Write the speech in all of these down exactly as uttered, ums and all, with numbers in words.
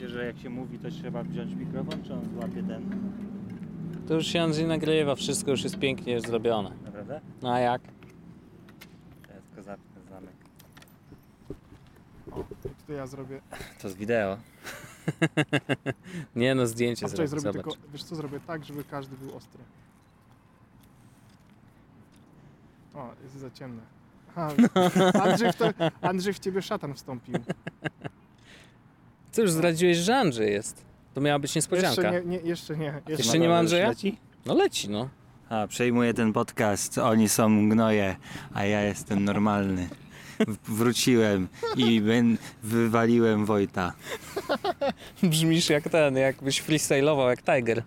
wiecie, że jak się mówi, to trzeba wziąć mikrofon, czy on złapie ten? To już się Andrzej nagrywa, wszystko już jest pięknie zrobione. Naprawdę? No a jak? Teraz tylko zapnę zamek. O, tutaj ja zrobię. To z wideo. Nie no, zdjęcie A wczoraj zrobię, zrobię zobacz. tylko, wiesz co, zrobię tak, żeby każdy był ostry. O, jest za ciemne. Aha, Andrzej, w to, Andrzej w ciebie szatan wstąpił. Co, już zdradziłeś, że Andrzej jest? To miała być niespodzianka. Jeszcze nie, nie, jeszcze nie. Jeszcze Jeszcze nie ma Andrzeja? Leci? No leci, no. A, przejmuję ten podcast, oni są gnoje, a ja jestem normalny. W- wróciłem i ben, wywaliłem Wojta. Brzmisz jak ten, jakbyś freestylował, jak Tiger.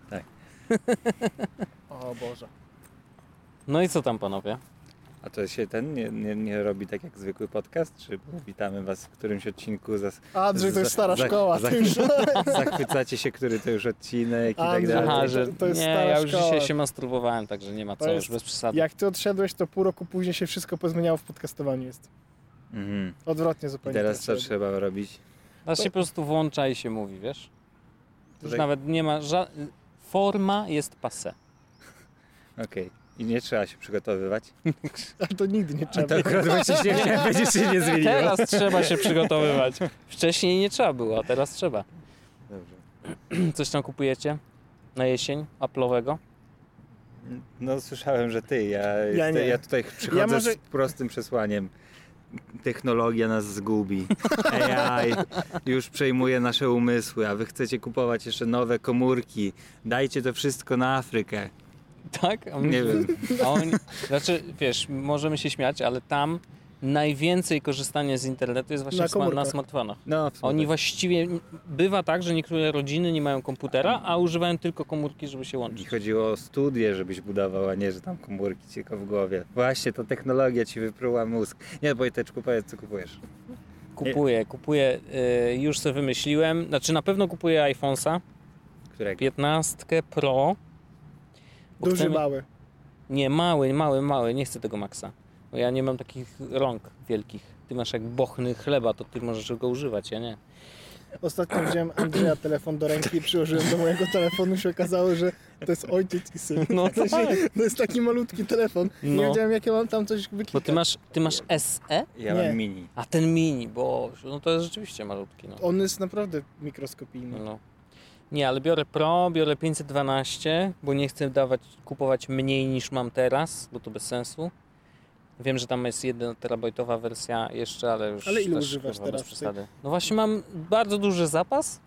O Boże. No i co tam, panowie? A to się ten nie, nie, nie robi tak jak zwykły podcast? Czy witamy was w którymś odcinku? Zas, Andrzej to jest stara za- szkoła. za- ty już- Zachwycacie się, który to już odcinek i tak Andrzej, dalej. Aha, to- że to jest nie, stara ja już szkoła. dzisiaj się masturbowałem, także nie ma To co, jest- już bez przesady. Jak ty odszedłeś, to pół roku później się wszystko pozmieniało w podcastowaniu jest. Mhm. Odwrotnie I zupełnie. teraz co teraz trzeba robić? Teraz się po prostu włącza i się mówi, wiesz? Już Tak- nawet nie ma ża- forma jest passé. Okej. I nie trzeba się przygotowywać? Ale to nigdy nie A trzeba. to akurat właśnie się chciałem powiedzieć, że nie zmieniło. Teraz trzeba się przygotowywać. Wcześniej nie trzeba było, a teraz trzeba. Dobrze. Coś tam kupujecie na jesień Apple'owego? No słyszałem, że ty. Ja, Ja ja, nie. ja tutaj przychodzę Ja może- z prostym przesłaniem. Technologia nas zgubi. A I już przejmuje nasze umysły, a wy chcecie kupować jeszcze nowe komórki. Dajcie to wszystko na Afrykę. Tak? A my- Nie wiem. A oni, znaczy, wiesz, możemy się śmiać, ale tam najwięcej korzystania z internetu jest właśnie Na na, sma- na komórkach. smartfonach. No, w sumie Oni tak. właściwie, bywa tak, że niektóre rodziny nie mają komputera, a używają tylko komórki, żeby się Mi łączyć. chodziło o studie, żebyś budował, a nie, że tam komórki ci tylko w głowie. Właśnie, to technologia ci wypruła mózg. Nie, Wojteczku, powiedz, co kupujesz. Kupuję, kupuję, y, już sobie wymyśliłem, znaczy na pewno kupuję iPhone'a, Którego? piętnastkę Pro. Bo Duży, chcemy- mały. Nie, mały, mały, mały, nie chcę tego Maxa. Bo ja nie mam takich rąk wielkich. Ty masz jak bochny chleba, to ty możesz go używać, ja nie. Ostatnio wziąłem Andrzeja telefon do ręki i przyłożyłem do mojego telefonu i się okazało, że to jest ojciec i syn. No W sensie, tak. To jest taki malutki telefon. No. Nie wiedziałem, jakie mam tam coś wyklikać. Bo ty masz, ty masz S E? Ja Nie. mam mini. A ten mini, bo no to jest rzeczywiście malutki. No. On jest naprawdę mikroskopijny. No. Nie, ale biorę Pro, biorę pięćset dwanaście, bo nie chcę dawać, kupować mniej niż mam teraz, bo to bez sensu. Wiem, że tam jest jedna terabajtowa wersja jeszcze, ale już Ale ile też używasz chyba teraz bez w tej- przesady. No właśnie mam bardzo duży zapas,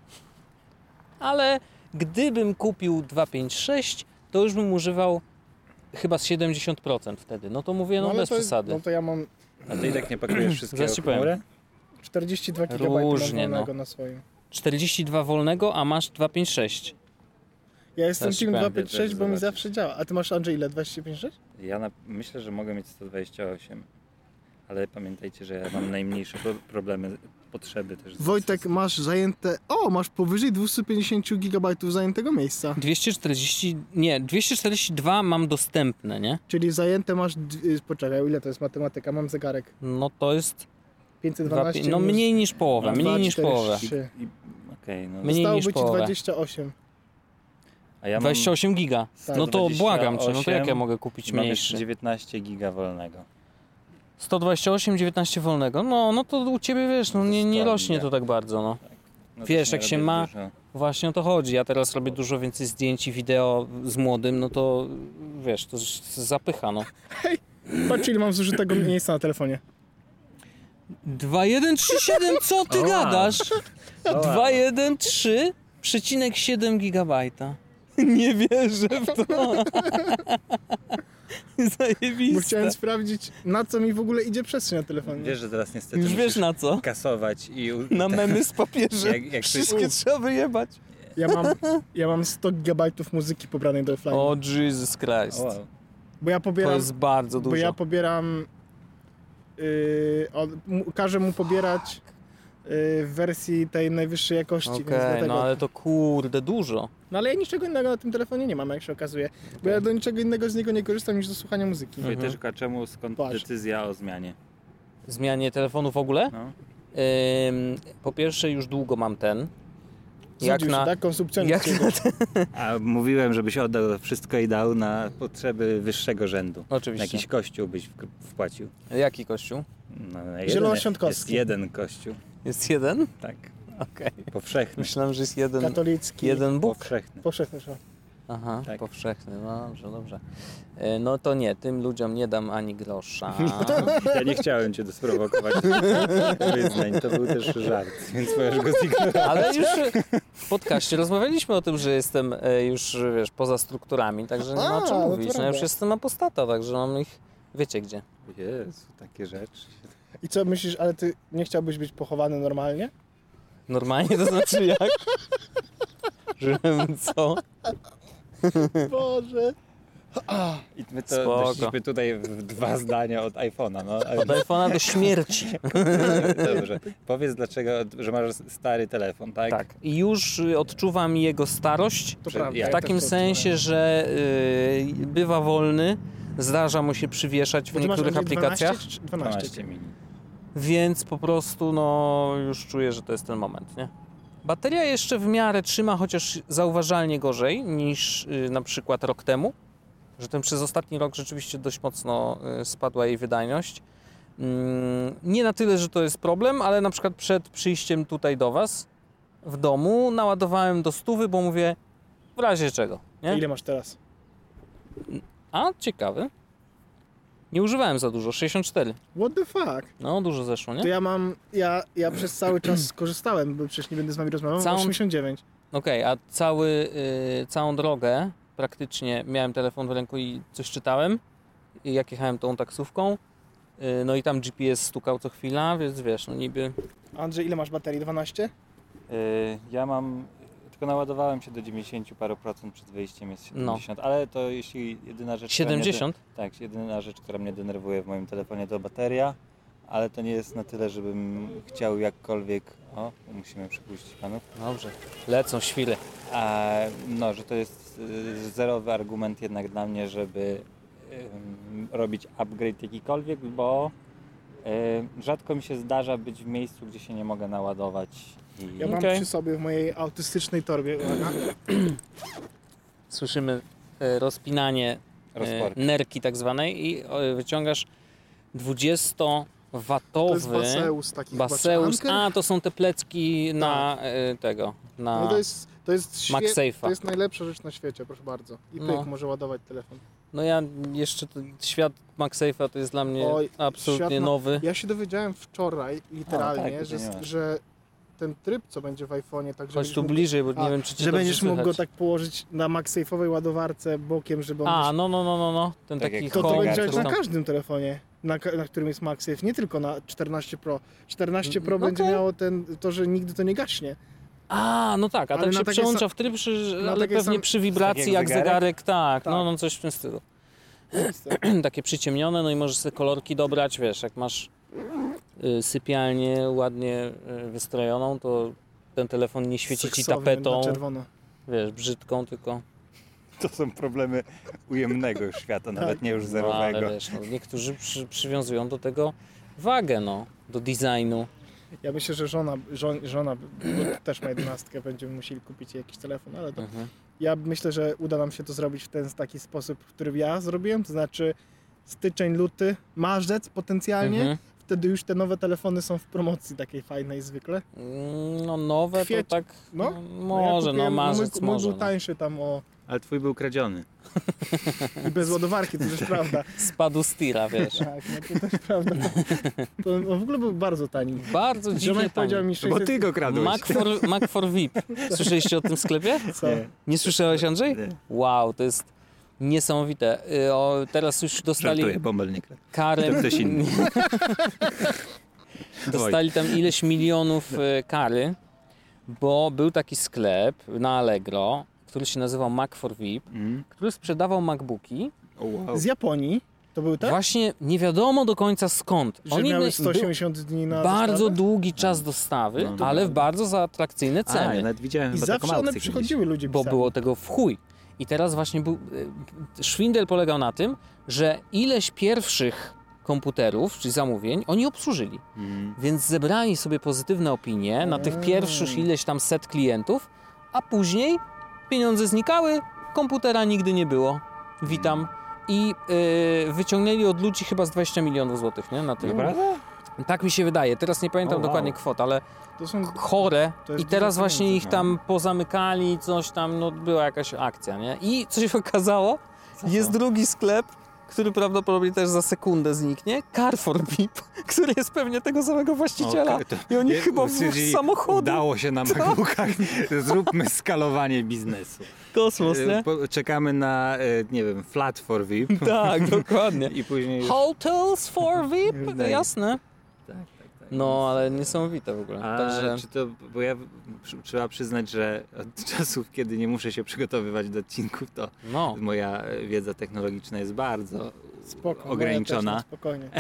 ale gdybym kupił dwieście pięćdziesiąt sześć, to już bym używał chyba z siedemdziesiąt procent wtedy. No to mówię, no, ale bez to, przesady. No to ja mam A ty i tak nie pakujesz wszystkiego Zaraz ci w powiem. chmurę? czterdzieści dwa gigabajty Różnie, wolnego no. na swoim. czterdzieści dwa wolnego, a masz dwieście pięćdziesiąt sześć. Ja jestem Też team powiem, dwieście pięćdziesiąt sześć, bo mi zobaczyć. zawsze działa. A ty masz, Andrzej, ile? dwieście pięćdziesiąt sześć? Ja na, myślę, że mogę mieć sto dwadzieścia osiem. Ale pamiętajcie, że ja mam najmniejsze pro- problemy, potrzeby też. z- Wojtek, masz zajęte... O, masz powyżej dwieście pięćdziesiąt gigabajtów zajętego miejsca. dwieście czterdzieści, nie, dwieście czterdzieści dwa mam dostępne, nie? Czyli zajęte masz... d- y, Poczekaj, ile to jest matematyka? Mam zegarek. No to jest pięćset dwa, dwanaście pi- no minus mniej niż połowę, dwa, mniej niż cztery, połowę. trzy. I- Okej, no. Mniej Zostało niż być połowę. dwadzieścia osiem. A ja mam, dwadzieścia osiem giga. Tak. No to dwadzieścia błagam cię, no to jak ja osiem, mogę kupić mam mniejszy? jeszcze dziewiętnaście giga wolnego. sto dwadzieścia osiem, dziewiętnaście wolnego. No, no to u ciebie wiesz, no To nie, nie sto rośnie giga. to tak bardzo, no. No to Wiesz, nie jak się robię ma- dużo. Właśnie o to chodzi. Ja teraz robię dużo więcej zdjęć i wideo z młodym, no to wiesz, to z- zapycha, no. Patrz, ile mam zużytego miejsca na telefonie. dwa jeden trzy siedem, co ty O, wow. gadasz? O, wow. dwa jeden trzy przecinek siedem gigabajta. Nie wierzę w to. Zajebiste. Bo chciałem sprawdzić, na co mi w ogóle idzie przestrzeń na telefonie. Wiesz, że teraz niestety Już wiesz musisz na co? kasować i... u- Na memy z papieżem. Jak- jak Wszystkie ktoś- trzeba wyjebać. Ja mam, ja mam sto gigabajtów muzyki pobranej do offline. O Jesus Christ. O, wow. Bo ja To pobieram... jest bardzo dużo. Bo ja pobieram... Yy, od, mu, każę mu pobierać yy, w wersji tej najwyższej jakości, Okej, więc dlatego... no ale to kurde dużo. No ale ja niczego innego na tym telefonie nie mam, jak się okazuje. Bo ja do niczego innego z niego nie korzystam niż do słuchania muzyki. Mhm. Wojteczka, czemu, skąd Patrz. decyzja o zmianie? Zmianie telefonu w ogóle? No. Ym, po pierwsze już długo mam ten, Jak Znudził na, się, tak? Konsumpcjonizm. jak na A mówiłem, żebyś oddał wszystko i dał na potrzeby wyższego rzędu. Oczywiście. Na jakiś kościół byś wk- wpłacił. Jaki kościół? No, na jeden- Zielonoświątkowski. Jest jeden kościół, Jest jeden? tak. Okej. Powszechny. Myślałem, że jest jeden, Katolicki. jeden Bóg. Powszechny. Powszechny szał. Aha, Tak. powszechny. No dobrze, dobrze. E, No to nie, tym ludziom nie dam ani grosza. Ja nie chciałem cię dosprowokować do wyznań, to był też żart, więc możesz go zignorować. Ale już w podcaście rozmawialiśmy o tym, że jestem e, już, wiesz, poza strukturami, także nie ma o A, czym no to mówić. No prawda. już jestem apostata, także mam ich, wiecie gdzie. Jezu, takie rzeczy. I co myślisz, ale ty nie chciałbyś być pochowany normalnie? Normalnie to znaczy jak? Żebym co? Boże. I my to Spoko. doszliśmy tutaj w dwa zdania od iPhone'a. No, ale Od iPhone'a do śmierci. dobrze. Powiedz dlaczego, że masz stary telefon, tak? Tak. I już y, odczuwam jego starość. To Że- prawda. jak W ja takim też to sensie, że y, bywa wolny, zdarza mu się przywieszać w Bo ty masz, niektórych Andrzej, aplikacjach, dwanaście czy dwanaście? dwanaście mini. więc po prostu no już czuję, że to jest ten moment, nie? Bateria jeszcze w miarę trzyma, chociaż zauważalnie gorzej niż y, na przykład rok temu, że ten przez ostatni rok rzeczywiście dość mocno y, spadła jej wydajność. Mm, nie na tyle, że to jest problem, ale na przykład przed przyjściem tutaj do Was w domu naładowałem do stówy, bo mówię w razie czego, nie? Ile masz teraz? A, ciekawy. Nie używałem za dużo, sześćdziesiąt cztery. What the fuck? No, dużo zeszło, nie? To ja mam, ja, ja przez cały czas skorzystałem, bo przecież nie będę z wami rozmawiał, Całą- osiemdziesiąt dziewięć. Okej, a cały, y, całą drogę praktycznie miałem telefon w ręku i coś czytałem. I jak jechałem tą taksówką, y, no i tam G P S stukał co chwila, więc wiesz, no niby... Andrzej, ile masz baterii? dwanaście? Yy, ja mam, tylko naładowałem się do dziewięćdziesiąt paru procent przed wyjściem, jest siedemdziesiąt, ale to jeśli jedyna rzecz, która mnie siedemdziesiąt? de- tak, jedyna rzecz, która mnie denerwuje w moim telefonie to bateria, ale to nie jest na tyle, żebym chciał jakkolwiek, o, musimy przepuścić panów, Dobrze, lecą świry. a, no, że to jest y, zerowy argument jednak dla mnie, żeby ym, robić upgrade jakikolwiek, bo y, rzadko mi się zdarza być w miejscu, gdzie się nie mogę naładować. I... Ja mam Okej. przy sobie w mojej autystycznej torbie, uwaga, Słyszymy y, rozpinanie y, Rozporki. nerki tak zwanej i y, wyciągasz to jest dwudziestowatowy Baseus taki chyba, czy Baseus. Anker? A, to są te plecki na y, tego, na... No to jest, to jest, świe- MagSafe'a. to jest najlepsza rzecz na świecie, proszę bardzo. I pyk, No. może ładować telefon. No ja jeszcze, to, świat MagSafe'a to jest dla mnie Oj, absolutnie świat ma- nowy. Ja się dowiedziałem wczoraj, literalnie, tak, to że, nie ma. że ten tryb, co będzie w iPhone'ie, tak, że Chodź będziesz tu mógł- bliżej, bo A, nie wiem, czy cię że dobrze będziesz mógł go słychać. tak położyć na MagSafe'owej ładowarce bokiem, żeby on... A, no, no, no, no, no. Ten Tak taki jak to to home, będzie Home, działać coś na tam. każdym telefonie, na, ka- na którym jest MagSafe, nie tylko na czternaście Pro. czternaście Pro Mm, będzie okej. miało ten, to, że nigdy to nie gaśnie. A, no tak, a Ale tak na się takie przełącza sa- w tryb, przy, na ale takie pewnie sam- przy wibracji tak jak jak zegarek? zegarek, tak, Tak. no, no coś w tym stylu. Takie przyciemnione, no i możesz sobie kolorki dobrać, wiesz, jak masz y, sypialnię ładnie y, wystrojoną, to ten telefon nie świeci ci Seksowny tapetą, na czerwono. wiesz, brzydką, tylko... To są problemy ujemnego już świata, nawet nie już No, zerowego. ale wiesz, no, niektórzy przy, przywiązują do tego wagę, no, do designu. Ja myślę, że żona, żon, żona bo też ma jedenastkę, będziemy musieli kupić jej jakiś telefon, ale to Mhm. ja myślę, że uda nam się to zrobić w ten taki sposób, w który ja zrobiłem, to znaczy styczeń, luty, marzec potencjalnie, Mhm. wtedy już te nowe telefony są w promocji takiej fajnej zwykle. Mm, No nowe Kwieć- to tak, no, no, No ja może, no kupiłem- marzec mój, mój może. był No. tańszy tam o Ale twój był kradziony. i bez ładowarki, to też prawda. Spadł z tira, wiesz. Tak, no to też prawda. To on w ogóle był bardzo tani. Bardzo dziwnie Ziomek powiedział tani. mi Bo sześćset... ty go kradłeś. Mac for, Mac for V I P. Słyszeliście o tym sklepie? Co? Nie. Nie słyszałeś, Andrzej? Nie. Wow, to jest niesamowite. Y, O, teraz już dostali Żartuję, bąbel nie kradł. karę. To ktoś inny. Dostali tam ileś milionów y, kary, bo był taki sklep na Allegro, który się nazywał Mac for V I P, Mm. który sprzedawał MacBooki. O, wow. Z Japonii to był tak? Właśnie nie wiadomo do końca skąd. Że Oni miały by- sto osiemdziesiąt dni na bardzo dostawę? długi czas dostawy, No, to ale w prawda. bardzo za atrakcyjne A, ceny. ja nawet widziałem I chyba zawsze taką one akcję przychodziły, ludzie Bo pisali. było tego w chuj. I teraz właśnie był... y, Szwindel polegał na tym, że ileś pierwszych komputerów, czyli zamówień, oni obsłużyli. kiedyś. Mm. Więc zebrali sobie pozytywne opinie na tych Mm. pierwszych ileś tam set klientów, a później pieniądze znikały, komputera nigdy nie było. Witam. I yy, wyciągnęli od ludzi chyba z dwadzieścia milionów złotych, nie? Na tym. Naprawdę? Tak mi się wydaje. Teraz nie pamiętam O, wow. dokładnie kwot, ale To są... chore. To jest I teraz dużo właśnie pieniędzy, ich tam pozamykali, coś tam, no była jakaś akcja, nie? I co się okazało? Co Jest to? drugi sklep, który prawdopodobnie też za sekundę zniknie. Carrefour B I P, który jest pewnie tego samego właściciela. Okej, to- I oni je- chyba w stwierdzili, samochody. Udało się na MacBookach, zróbmy skalowanie biznesu. Kosmos, E, nie? po- Czekamy na, e, nie wiem, flat for V I P Tak, dokładnie. i później już... Hotels for V I P, Wydaje- jasne. Tak, tak, tak. No, ale niesamowite w ogóle. A Także... czy to, bo ja przy, trzeba przyznać, że od czasów, kiedy nie muszę się przygotowywać do odcinków, to No. moja wiedza technologiczna jest bardzo Spoko, ograniczona. moja też, no, spokojnie.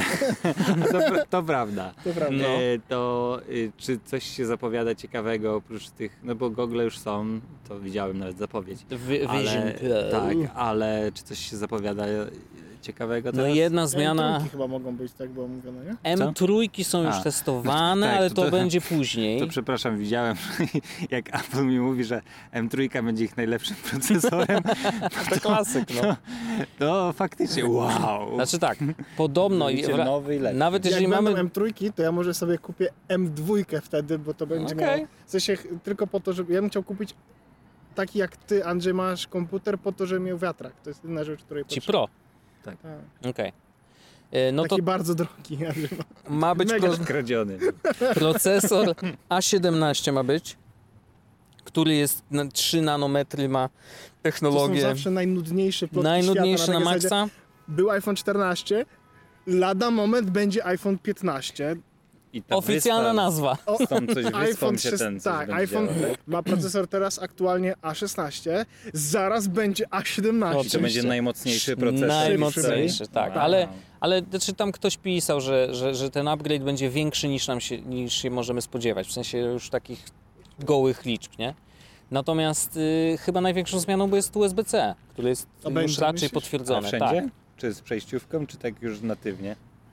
to, to prawda. To prawda. No. E, to y, czy coś się zapowiada ciekawego oprócz tych, no bo gogle już są, to widziałem nawet zapowiedź. Vi- Ale, Vision Pro. tak, ale czy coś się zapowiada ciekawego No teraz? jedna zmiana. M trzy chyba mogą być, tak było mówione, nie? M trzy są już A, testowane, tak, ale to- to, to- będzie później. To przepraszam, widziałem, jak Apple mi mówi, że M trzy będzie ich najlepszym procesorem. To klasyk, no. No faktycznie, wow. Znaczy tak, podobno, Mówicie wra- nowy i lepszy. nawet Jak jeżeli będą mamy... M trzy, to ja może sobie kupię M dwa wtedy, bo to będzie Okej. miało... W sensie ch- tylko po to, żeby... Ja bym chciał kupić taki jak ty, Andrzej, masz komputer po to, żeby miał wiatrak. To jest jedyna rzecz, której Ci potrzebuję. Pro, Tak. okej. E, No to Taki bardzo drogi, Andrzej. ma. ma być mega pro- Skradziony. procesor A siedemnaście ma być, który jest na trzy nanometry, ma To są technologię zawsze najnudniejsze plotki najnudniejszy świata. na takiej zasadzie, maksa. Był iPhone czternaście, lada moment będzie iPhone piętnaście. I ta Oficjalna wyspa- nazwa. O, Stąd coś wyspą iPhone się szes- ten coś tak, będzie iPhone działo. ma procesor teraz aktualnie A szesnaście, zaraz będzie A siedemnaście. I to będzie Oczywiście. najmocniejszy procesor. Najmocniejszy, w tak. Wow. Ale, ale znaczy tam ktoś pisał, że, że, że ten upgrade będzie większy niż nam się, niż się możemy spodziewać. W sensie już takich gołych liczb, nie? Natomiast y, chyba największą zmianą jest U S B C, który jest A już będzie, raczej myślisz? A potwierdzony. wszędzie? Tak. Czy z przejściówką, czy tak już natywnie?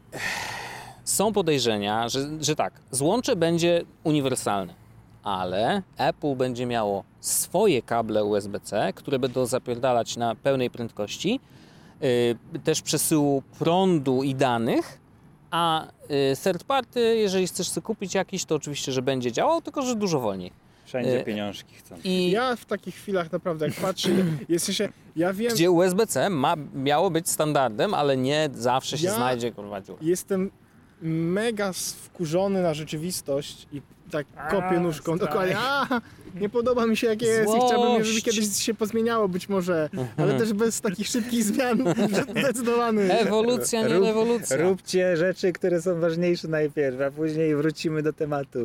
Są podejrzenia, że, że tak, złącze będzie uniwersalne, ale Apple będzie miało swoje kable U S B C, które będą zapierdalać na pełnej prędkości, yy, też przesyłu prądu i danych, a yy, third party, jeżeli chcesz sobie kupić jakiś, to oczywiście, że będzie działał, tylko że dużo wolniej. Wszędzie E, pieniążki chcą. I Ja w takich chwilach naprawdę, jak patrzę, jest w sensie, ja wiem, gdzie U S B C ma, miało być standardem, ale nie zawsze się Ja- znajdzie kurwa dziura. jestem mega wkurzony na rzeczywistość i tak kopię nóżką. Dokładnie, a, nie podoba mi się jakie jest i chciałbym, żeby Złość. kiedyś się pozmieniało być może, ale też bez takich szybkich zmian, zdecydowany. Ewolucja, nie Rób- rewolucja. Róbcie rzeczy, które są ważniejsze najpierw, a później wrócimy do tematu.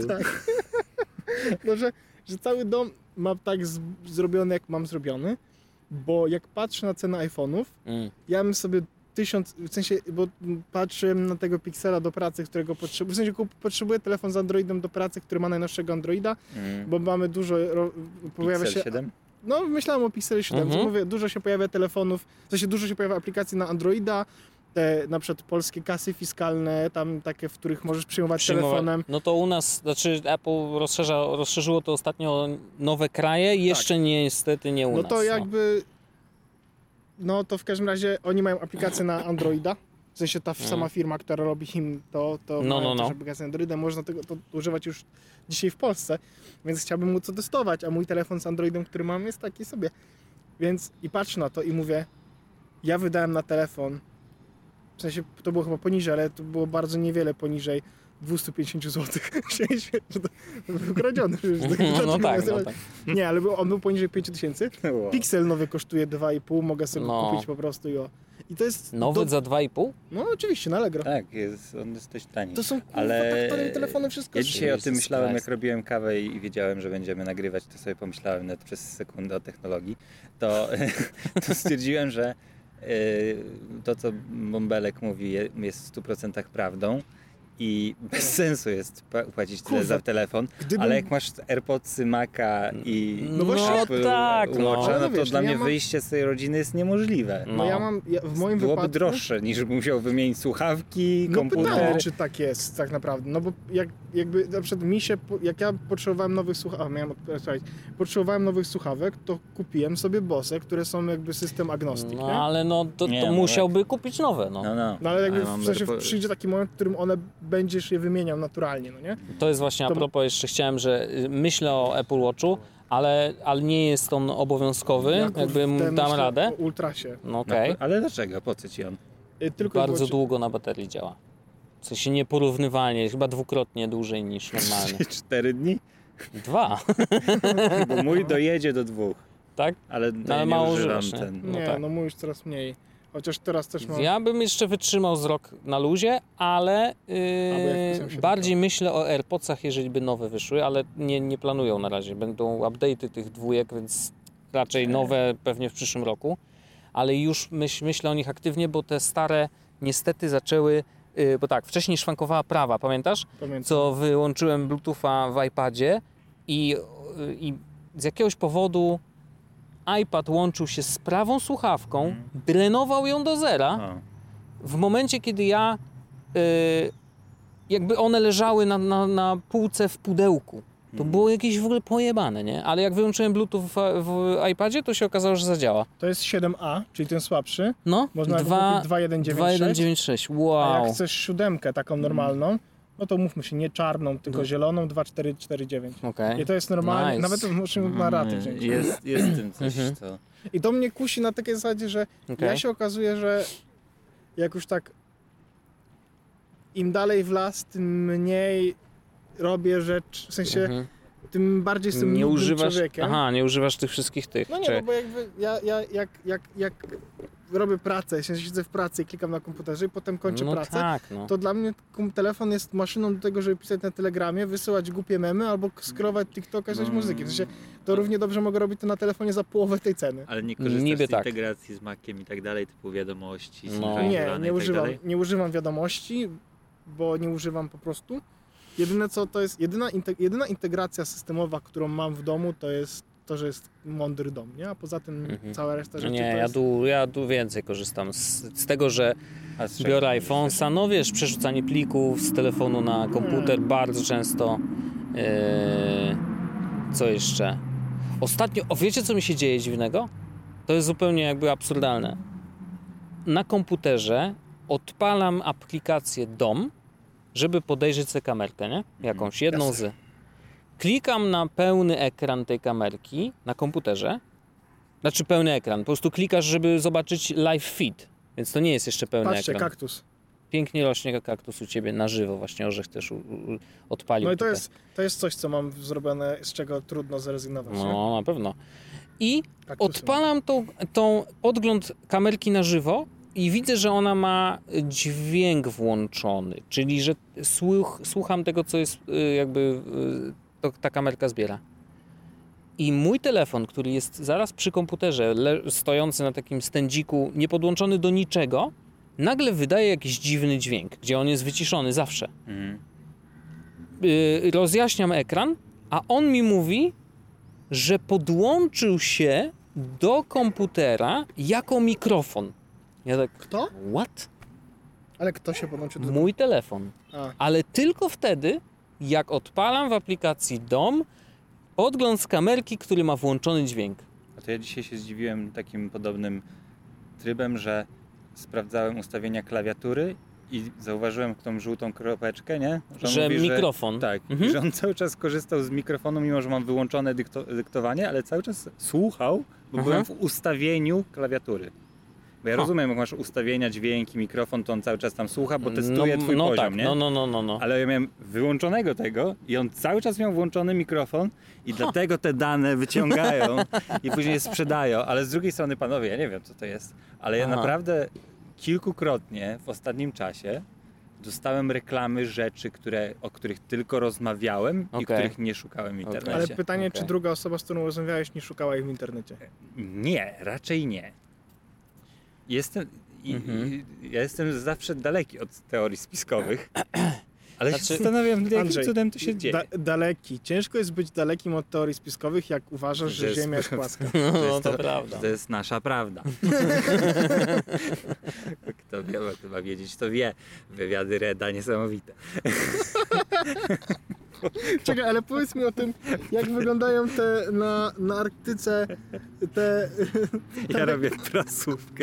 No, że, że cały dom mam tak z, zrobiony, jak mam zrobiony, bo jak patrzę na cenę iPhone'ów, Mm. ja bym sobie tysiąc, w sensie, bo patrzyłem na tego Pixela do pracy, którego potrzebuję, w sensie kup, potrzebuję telefon z Androidem do pracy, który ma najnowszego Androida, Mm. bo mamy dużo, ro, pojawia Pixel się, siedem? no myślałem o Pixelu siedem, Mhm. co mówię, dużo się pojawia telefonów, w sensie dużo się pojawia aplikacji na Androida, te na przykład polskie kasy fiskalne, tam takie, w których możesz przyjmować Przyjmowa- telefonem. No to u nas, znaczy Apple rozszerza, rozszerzyło to ostatnio o nowe kraje, jeszcze niestety nie u No nas. to jakby, no to w każdym razie oni mają aplikację na Androida, w sensie ta sama firma, która robi im to, to No, mają no, no. też aplikację na Androida, można tego to używać już dzisiaj w Polsce, więc chciałbym móc to testować, a mój telefon z Androidem, który mam, jest taki sobie. Więc i patrzę na to i mówię, ja wydałem na telefon, w sensie to było chyba poniżej, ale to było bardzo niewiele poniżej dwieście pięćdziesiąt złotych. Że to był kradziony. Że to, No, no tak, no tak. Nie, ale był, on był poniżej pięć tysięcy. Wow. Pixel nowy kosztuje dwa i pół, mogę sobie No. kupić po prostu i o. I to jest... Nowy to, za dwa i pół? No oczywiście, na Allegro. Tak, jest, on jest dość tani. To są Ale ale... tak, telefony, wszystko Ja jest... dzisiaj o tym Jesus myślałem, Christ. jak robiłem kawę i wiedziałem, że będziemy nagrywać, to sobie pomyślałem nawet przez sekundę o technologii, to, to stwierdziłem, że y, to, co Bąbelek mówi, je- jest w stu procentach prawdą i bez sensu jest pa- płacić tyle Kurwa, za telefon, Gdybym... ale jak masz AirPodsy, Maca i No właśnie, Apple tak, no. Watcha, Ale no no to wiesz, dla no ja mnie mam- wyjście z tej rodziny jest niemożliwe. No, No. ja mam, ja, w moim Byłoby wypadku... droższe niż musiał wymienić słuchawki, No komputer. pytanie, czy tak jest tak naprawdę, no bo jak jakby na przykład mi się, po- jak ja potrzebowałem nowych słuchawek, miałem odpowiedzieć, potrzebowałem nowych słuchawek, to kupiłem sobie Bose, które są jakby system agnostic, No nie? ale no to, Nie, to no musiałby kupić nowe, no. No, no. No ale jakby mam w sensie repo- przyjdzie taki moment, w którym one będziesz je wymieniał naturalnie, no nie? To jest właśnie a To- propos, jeszcze chciałem, że y, myślę o Apple Watchu, ale, ale nie jest on obowiązkowy, Jakub, jakby ten dam myślę radę. o Ultrasie. No No, okej. ale dlaczego? Po co ci on? Y, Tylko i Bardzo wyłącznie- długo na baterii działa. W sensie nieporównywalnie, chyba dwukrotnie dłużej niż normalny. Cztery dni? Dwa, Bo mój dojedzie do dwóch. tak? Ale, No, ale nie mało używam używasz, nie? ten. No Nie, tak. no mój już coraz mniej. Chociaż teraz też mam... Ja bym jeszcze wytrzymał z rok na luzie, ale Albo jak yy, wpisałem się bardziej do- myślę o AirPodsach, jeżeli by nowe wyszły, ale nie, nie planują na razie. Będą update'y tych dwójek, więc raczej nowe pewnie w przyszłym roku. Ale już myśl, myślę o nich aktywnie, bo te stare niestety zaczęły, yy, bo tak, wcześniej szwankowała prawa, pamiętasz? Pamiętam. Co wyłączyłem Bluetootha w iPadzie i, yy, i z jakiegoś powodu iPad łączył się z prawą słuchawką, Mhm. drenował ją do zera. O. W momencie, kiedy ja y, jakby one leżały na, na, na półce w pudełku. To Mhm. było jakieś w ogóle pojebane, nie? Ale jak wyłączyłem Bluetooth w, w iPadzie, to się okazało, że zadziała. To jest siedem A, czyli ten słabszy. No, Można go dwa- kupić dwa jeden dwa dziewięć jeden sześć. dziewięć sześć. A Wow. jak chcesz siódemkę taką normalną, no to mówmy się, nie czarną, tylko No. zieloną, dwa cztery cztery dziewięć. Okej. I to jest normalnie, Nice. nawet musimy na raty Mm, wziąć. Jest, jest w tym coś, Mhm. co... I to mnie kusi na takiej zasadzie, że Okej. ja się okazuje, że jak już tak im dalej w las, tym mniej robię rzecz, w sensie Mhm. tym bardziej jestem Nie nudnym używasz, człowiekiem. aha, nie używasz tych wszystkich tych. No nie, Czekaj. no bo jakby ja, ja jak, jak, jak robię pracę, się siedzę w pracy i klikam na komputerze i potem kończę no pracę, tak, no. to dla mnie kom- telefon jest maszyną do tego, żeby pisać na Telegramie, wysyłać głupie memy albo scrollować TikToka, słuchać No. muzyki. W sensie to równie dobrze mogę robić to na telefonie za połowę tej ceny. Ale nie korzystasz Niby z tak. integracji z Maciem i tak dalej, typu wiadomości, No. synchronizowane Nie, i nie tak używam, dalej? nie używam wiadomości, bo nie używam po prostu. Jedyne co to jest, jedyna, inte- jedyna integracja systemowa, którą mam w domu, to jest to, że jest mądry dom, nie? A poza tym Mhm. cała reszta rzeczy Nie, to ja jest... tu, ja tu więcej korzystam z, z tego, że A z czego biorę korzystasz? iPhone'a, no wiesz, przerzucanie plików z telefonu na komputer bardzo często. Eee, co jeszcze? Ostatnio, o wiecie co mi się dzieje dziwnego? To jest zupełnie jakby absurdalne. Na komputerze odpalam aplikację Dom, żeby podejrzeć sobie kamerkę, nie? Jakąś, jedną Jasne. z. Klikam na pełny ekran tej kamerki na komputerze. Znaczy pełny ekran, po prostu klikasz, żeby zobaczyć live feed. Więc to nie jest jeszcze pełny Patrzcie, ekran. kaktus. Pięknie rośnie kaktus u ciebie na żywo, właśnie Orzech też u, u, odpalił. No i to tutaj. jest, to jest coś, co mam zrobione, z czego trudno zrezygnować. nie? No, na pewno. I Kaktusy. odpalam tą, tą podgląd kamerki na żywo i widzę, że ona ma dźwięk włączony, czyli że słuch, słucham tego, co jest y, jakby y, to, ta kamerka zbiera. I mój telefon, który jest zaraz przy komputerze, le, stojący na takim stędziku, niepodłączony do niczego, nagle wydaje jakiś dziwny dźwięk, gdzie on jest wyciszony zawsze. Mhm. Y, rozjaśniam ekran, a on mi mówi, że podłączył się do komputera jako mikrofon. Ja tak, Kto? what? Ale kto się podłączył do... Mój telefon. A, Ale tylko wtedy, jak odpalam w aplikacji Dom podgląd z kamerki, który ma włączony dźwięk. A to ja dzisiaj się zdziwiłem takim podobnym trybem, że sprawdzałem ustawienia klawiatury i zauważyłem tą żółtą kropeczkę, nie? on Że mówi, mikrofon. Tak, Mhm. że on cały czas korzystał z mikrofonu, mimo że mam wyłączone dykto, dyktowanie, ale cały czas słuchał, bo Aha. byłem w ustawieniu klawiatury. Bo ja Ha. rozumiem, jak masz ustawienia, dźwięki, mikrofon, to on cały czas tam słucha, bo testuje no, twój no poziom, tak, nie? No, no, no, no, no. Ale ja miałem wyłączonego tego i on cały czas miał włączony mikrofon i dlatego te dane wyciągają i później je sprzedają. Ale z drugiej strony, panowie, ja nie wiem, co to jest, ale ja Aha. naprawdę kilkukrotnie w ostatnim czasie dostałem reklamy rzeczy, które, o których tylko rozmawiałem i Okej. których nie szukałem w Okej. internecie. ale pytanie, okej. czy druga osoba, z którą rozmawiałeś, nie szukała ich w internecie? Nie, raczej nie. Jestem, i, Mhm. i, ja jestem zawsze daleki od teorii spiskowych, Ale Znaczy- się zastanawiam, jakim Andrzej, cudem to się dzieje. Da, daleki. Ciężko jest być dalekim od teorii spiskowych, jak uważasz, Że że jest- Ziemia jest płaska. No, To to, jest to- prawda. To jest nasza prawda. Kto wie, kto ma wiedzieć, to wie. Wywiady Reda niesamowite. Czekaj, ale powiedz mi o tym, jak wyglądają te na, na Arktyce te... Ja robię prasówkę.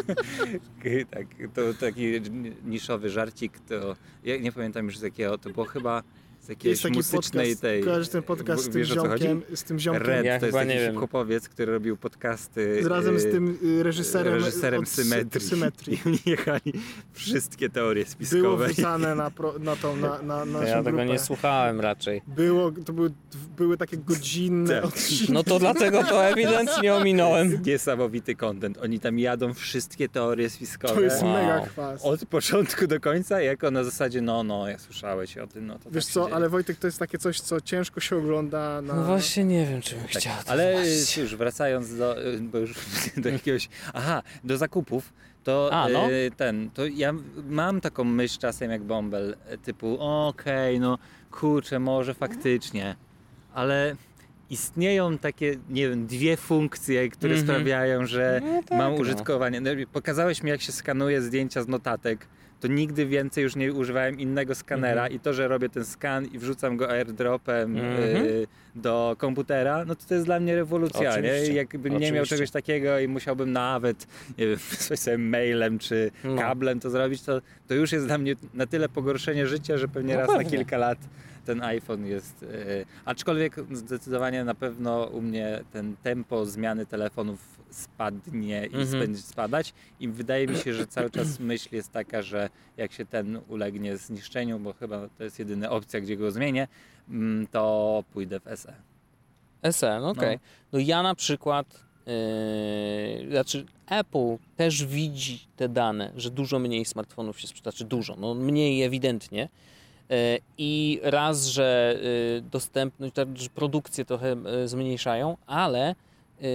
Tak, to taki niszowy żarcik, to ja nie pamiętam już z jakiego, to było chyba z jakiejś Jest taki muzycznej podcast, tej... kojarzysz ten podcast z tym Wiesz, o co chodzi? ziomkiem, z tym ziomkiem, Red, Ja to jest chyba taki nie wiem. hip-hopowiec, który robił podcasty razem z y, tym y, reżyserem, reżyserem od sy- symetrii. symetrii. I oni jechali wszystkie teorie Było spiskowe. wrzucane na, pro, na tą, na, na, na To ja naszą tego grupę. nie słuchałem raczej. Było, to były, były takie godzinne Tak. odcinki. No to dlatego to ewidentnie ominąłem. Niesamowity content. Oni tam jadą wszystkie teorie spiskowe. To jest Wow. mega kwas. Od początku do końca, jako na zasadzie, no, no, jak słyszałeś o tym, no to Wiesz tak się co, dzieje. ale Wojtek, to jest takie coś, co ciężko się ogląda na... No właśnie nie wiem, czy bym Tak, chciał to ale zobaczyć. już wracając do, bo już do jakiegoś, aha, do zakupów, to A, no. e, ten, to ja mam taką myśl czasem jak bąbel, e, typu okej, no kurczę, może faktycznie, ale istnieją takie, nie wiem, dwie funkcje, które Mhm. sprawiają, że No tak, mam no. użytkowanie. No, pokazałeś mi, jak się skanuje zdjęcia z notatek, to nigdy więcej już nie używałem innego skanera Mhm. i to, że robię ten skan i wrzucam go airdropem Mhm. y, do komputera, no to to jest dla mnie rewolucja, nie? Oczywiście. Jakbym nie miał Oczywiście. czegoś takiego i musiałbym nawet, nie wiem, wysłać sobie mailem czy No. kablem to zrobić, to, to już jest dla mnie na tyle pogorszenie życia, że pewnie No raz na pewnie. kilka lat ten iPhone jest... Y, aczkolwiek zdecydowanie na pewno u mnie ten tempo zmiany telefonów spadnie i Mhm. będzie spadać i wydaje mi się, że cały czas myśl jest taka, że jak się ten ulegnie zniszczeniu, bo chyba to jest jedyna opcja, gdzie go zmienię, mm, to pójdę w S E. S E, no okej. No ja na przykład, yy, znaczy Apple też widzi te dane, że dużo mniej smartfonów się sprzeda, czy dużo, no mniej ewidentnie. Yy, I raz, że yy, dostępność, tak, że produkcję trochę yy, zmniejszają, ale yy,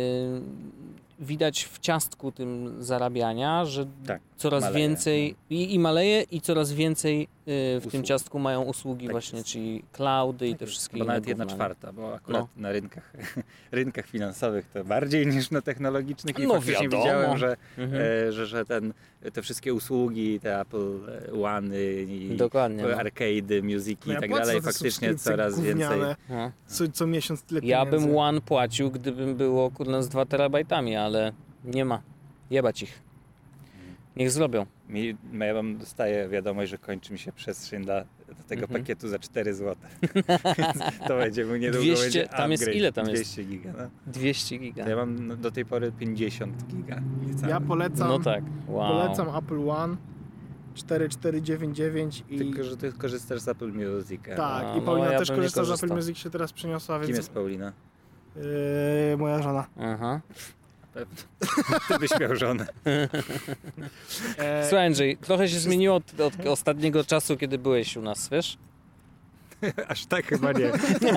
widać w ciastku tym zarabiania, że Tak, coraz maleje, więcej i, i maleje i coraz więcej yy, w tym Usług. ciastku mają usługi Tak właśnie, jest. czyli cloudy i te Bo wszystkie nawet inne jedna gówna, nie? czwarta, bo akurat No. na rynkach, rynkach finansowych to bardziej niż na technologicznych i No faktycznie wiadomo. widziałem, że, Mhm. e, że, że ten, te wszystkie usługi, te Apple One i Dokładnie. No. arcade'y, musiki No ja i tak płacę dalej, za te faktycznie subskrypcje coraz więcej. gówniane. No. Co, co miesiąc tyle Ja pieniędzy. bym One płacił, gdybym było kurna z dwa terabajtami, ale nie ma. Jebać ich. Niech zrobią. Mi, ja mam, dostaję wiadomość, że kończy mi się przestrzeń dla, dla tego Mhm. pakietu za cztery złote. to będzie mu niedługo dwieście będzie tam jest upgrade. ile tam jest? dwieście giga. No. dwieście giga. To ja mam no, do tej pory pięćdziesiąt giga. niecałe. Ja polecam, No tak. Wow. polecam Apple One cztery cztery dziewięć dziewięć i... Tylko, że ty korzystasz z Apple Music. a- Tak, No, i no, Paulina ja też bym nie korzysta z Apple korzystał. Music, się teraz przeniosła, Kim więc... jest Paulina? Yy, moja żona. Aha. Pewnie. Ty byś miał żonę. E, Słuchaj Andrzej, trochę się zmieniło od, od ostatniego czasu, kiedy byłeś u nas, wiesz? Aż tak chyba nie.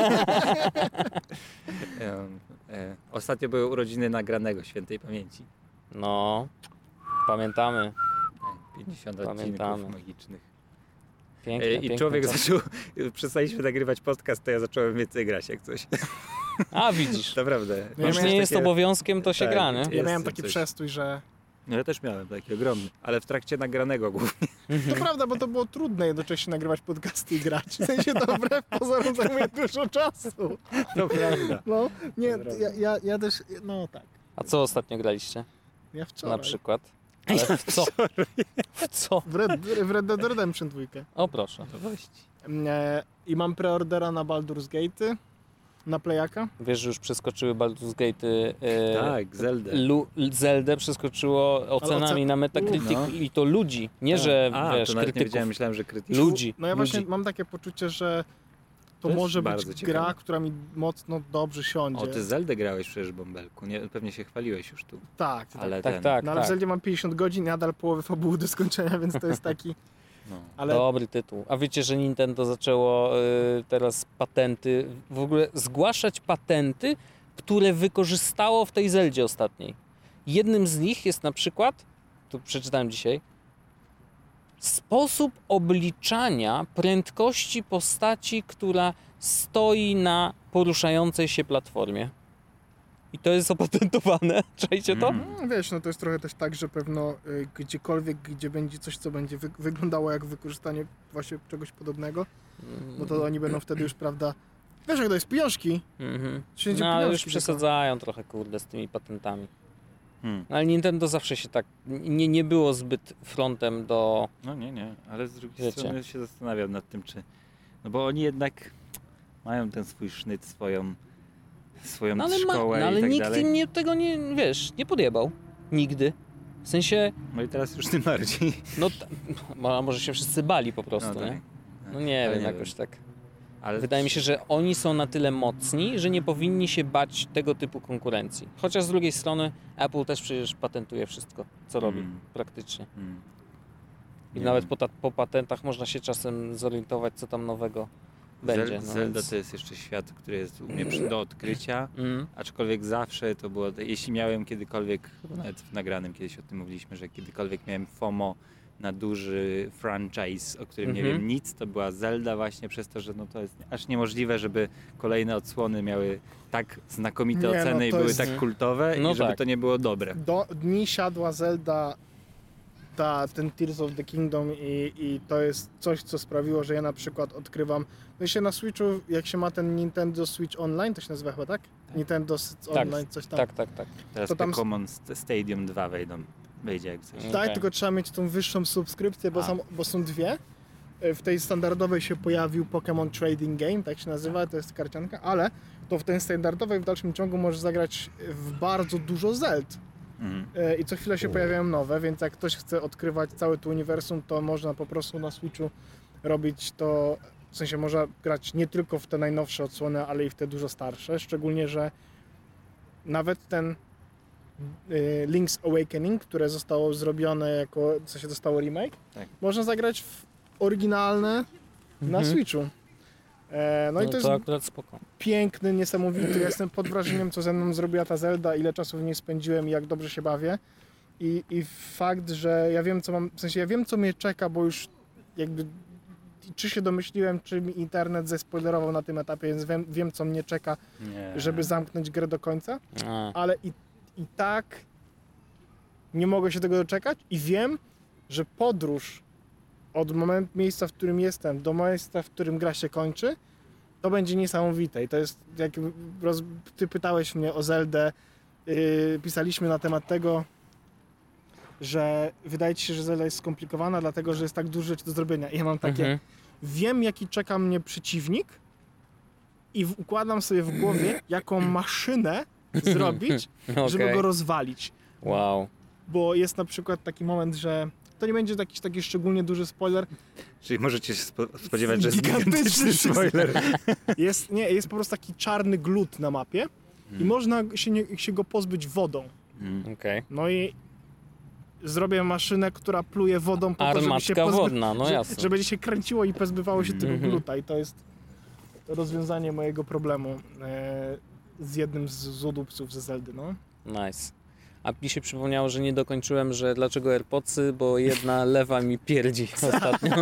Em, e, Ostatnio były urodziny nagranego świętej pamięci. No. Pamiętamy. E, pięćdziesiąt Pamiętamy. odcinków magicznych. Piękne, E, I piękne człowiek czasy. zaczął, przestaliśmy nagrywać podcast, to ja zacząłem więcej grać jak coś. A widzisz. Naprawdę. Ja Już miałem nie jest takie- obowiązkiem, to się Tak, gra, nie? jest ja miałem taki coś. przestój, że... No ja też miałem taki ogromny, ale w trakcie nagranego głównie. To prawda, bo to było trudne jednocześnie nagrywać podcasty i grać. W sensie to wbrew pozorom zajmuje dużo czasu. To prawda. No, nie, Dobra. ja, ja, ja też... No tak, A co ostatnio graliście? ja wczoraj. Na przykład? Ale w co? W co? W Red, w Red Dead Redemption dwa. O proszę. E, I mam preordera na Baldur's Gate'y, na Playaka. Wiesz, że już przeskoczyły Baldur's Gate'y. E, Tak, Zelda. Lu, Zeldę przeskoczyło ocenami ocen- na Metacritic no. i to ludzi, nie że A, wiesz, to nawet nie krytyków. wiedziałem, myślałem, że krytyków. Ludzi. No ja właśnie ludzi. mam takie poczucie, że to, To jest może bardzo być ciekawe. gra, która mi mocno dobrze siądzie. O, ty Zeldę grałeś przecież, Bąbelku. Nie, pewnie się chwaliłeś już tu. Tak, tak. Ale Tak, ten, tak, No ale w tak. Zeldzie mam pięćdziesiąt godzin, nadal połowy fabuły do skończenia, więc to jest taki... No. Ale Dobry tytuł. A wiecie, że Nintendo zaczęło y, teraz patenty, w ogóle zgłaszać patenty, które wykorzystało w tej Zeldzie ostatniej. Jednym z nich jest na przykład, tu przeczytałem dzisiaj, sposób obliczania prędkości postaci, która stoi na poruszającej się platformie. I to jest opatentowane. Czajcie to? Mm. No, wiesz, no to jest trochę też tak, że pewno y, gdziekolwiek, gdzie będzie coś, co będzie wy- wyglądało jak wykorzystanie właśnie czegoś podobnego, no to oni będą wtedy już, prawda, wiesz jak to jest, pieniążki. Mhm. Wszędzie No ale już pieniążki tylko. przesadzają trochę, kurde, z tymi patentami. Hmm. Ale Nintendo zawsze się tak, nie, nie było zbyt frontem do... No nie, nie, ale z drugiej Wiecie. strony się zastanawiam nad tym, czy... No bo oni jednak mają ten swój sznyt, swoją, swoją No ale, ma, szkołę no, ale i tak nikt dalej. im nie, tego nie, wiesz, nie podjebał. Nigdy. W sensie, No i teraz już tym bardziej. no t- a może się wszyscy bali po prostu, No nie? tak. No nie Ale wiem, nie jakoś wiem. tak. Ale Wydaje mi się, że oni są na tyle mocni, że nie powinni się bać tego typu konkurencji. Chociaż z drugiej strony Apple też przecież patentuje wszystko, co robi Mm. praktycznie. Hmm. I Nie nawet wiem. po, ta, po patentach można się czasem zorientować, co tam nowego będzie. Zel- No Zelda więc... to jest jeszcze świat, który jest u mnie przy, do odkrycia, Mm. aczkolwiek zawsze to było, jeśli miałem kiedykolwiek, chyba nawet w nagranym kiedyś o tym mówiliśmy, że kiedykolwiek miałem FOMO na duży franchise, o którym Mhm. nie wiem nic, to była Zelda właśnie przez to, że no to jest aż niemożliwe, żeby kolejne odsłony miały tak znakomite Nie, no oceny i to były jest- tak kultowe No i żeby tak. to nie było dobre. Do dni siadła Zelda, ta, ten Tears of the Kingdom i, i to jest coś, co sprawiło, że ja na przykład odkrywam, no się na Switchu, jak się ma ten Nintendo Switch Online, to się nazywa chyba, tak? Nintendo S- Tak. Online, coś tam. Tak, tak, tak. Teraz To tam- Pokémon St- Stadium dwa wejdą, wejdzie jak coś. Tak, Okej. tylko trzeba mieć tą wyższą subskrypcję, bo, A. są, bo są dwie. W tej standardowej się pojawił Pokémon Trading Game, tak się nazywa, to jest karcianka, ale to w tej standardowej w dalszym ciągu możesz zagrać w bardzo dużo Zeld. Mhm. E, I co chwilę się pojawiają nowe, więc jak ktoś chce odkrywać całe to uniwersum, to można po prostu na Switchu robić to, w sensie można grać nie tylko w te najnowsze odsłony, ale i w te dużo starsze, szczególnie, że nawet ten y, Link's Awakening, które zostało zrobione jako, w sensie dostało remake, Tak. można zagrać w oryginalne na Mhm. Switchu. E, no, No i to to jest akurat spoko. piękny, niesamowity. Ja jestem pod wrażeniem, co ze mną zrobiła ta Zelda, ile czasu w niej spędziłem i jak dobrze się bawię. I, I fakt, że ja wiem, co mam, w sensie ja wiem, co mnie czeka, bo już jakby czy się domyśliłem, czy mi internet zespoilerował na tym etapie, więc wiem, wiem co mnie czeka, Nie. żeby zamknąć grę do końca, A, ale i, i tak nie mogę się tego doczekać i wiem, że podróż od momentu, miejsca, w którym jestem, do miejsca, w którym gra się kończy, to będzie niesamowite. I to jest, jak roz, ty pytałeś mnie o Zeldę, yy, pisaliśmy na temat tego, że wydaje ci się, że Zelda jest skomplikowana, dlatego, że jest tak dużo rzeczy do zrobienia. I ja mam takie, mhm. wiem, jaki czeka mnie przeciwnik i w, układam sobie w głowie, jaką maszynę zrobić, żeby Okej. go rozwalić. Wow. Bo jest na przykład taki moment, że to nie będzie jakiś taki szczególnie duży spoiler. Czyli możecie się spo- spodziewać, że jest Gigantyczny gigantyczny spoiler. Jest, nie, jest po prostu taki czarny glut na mapie i można się, nie, się go pozbyć wodą. Mm. Okej. No i zrobię maszynę, która pluje wodą po to, żeby się Armatka pozby... wodna, no że, jasne. że będzie się kręciło i pozbywało się tego Mhm. gluta i to jest rozwiązanie mojego problemu e, z jednym z złodupców ze Zeldy, no. Nice. A mi się przypomniało, że nie dokończyłem, że dlaczego AirPodsy, bo jedna lewa mi pierdzi ostatnio.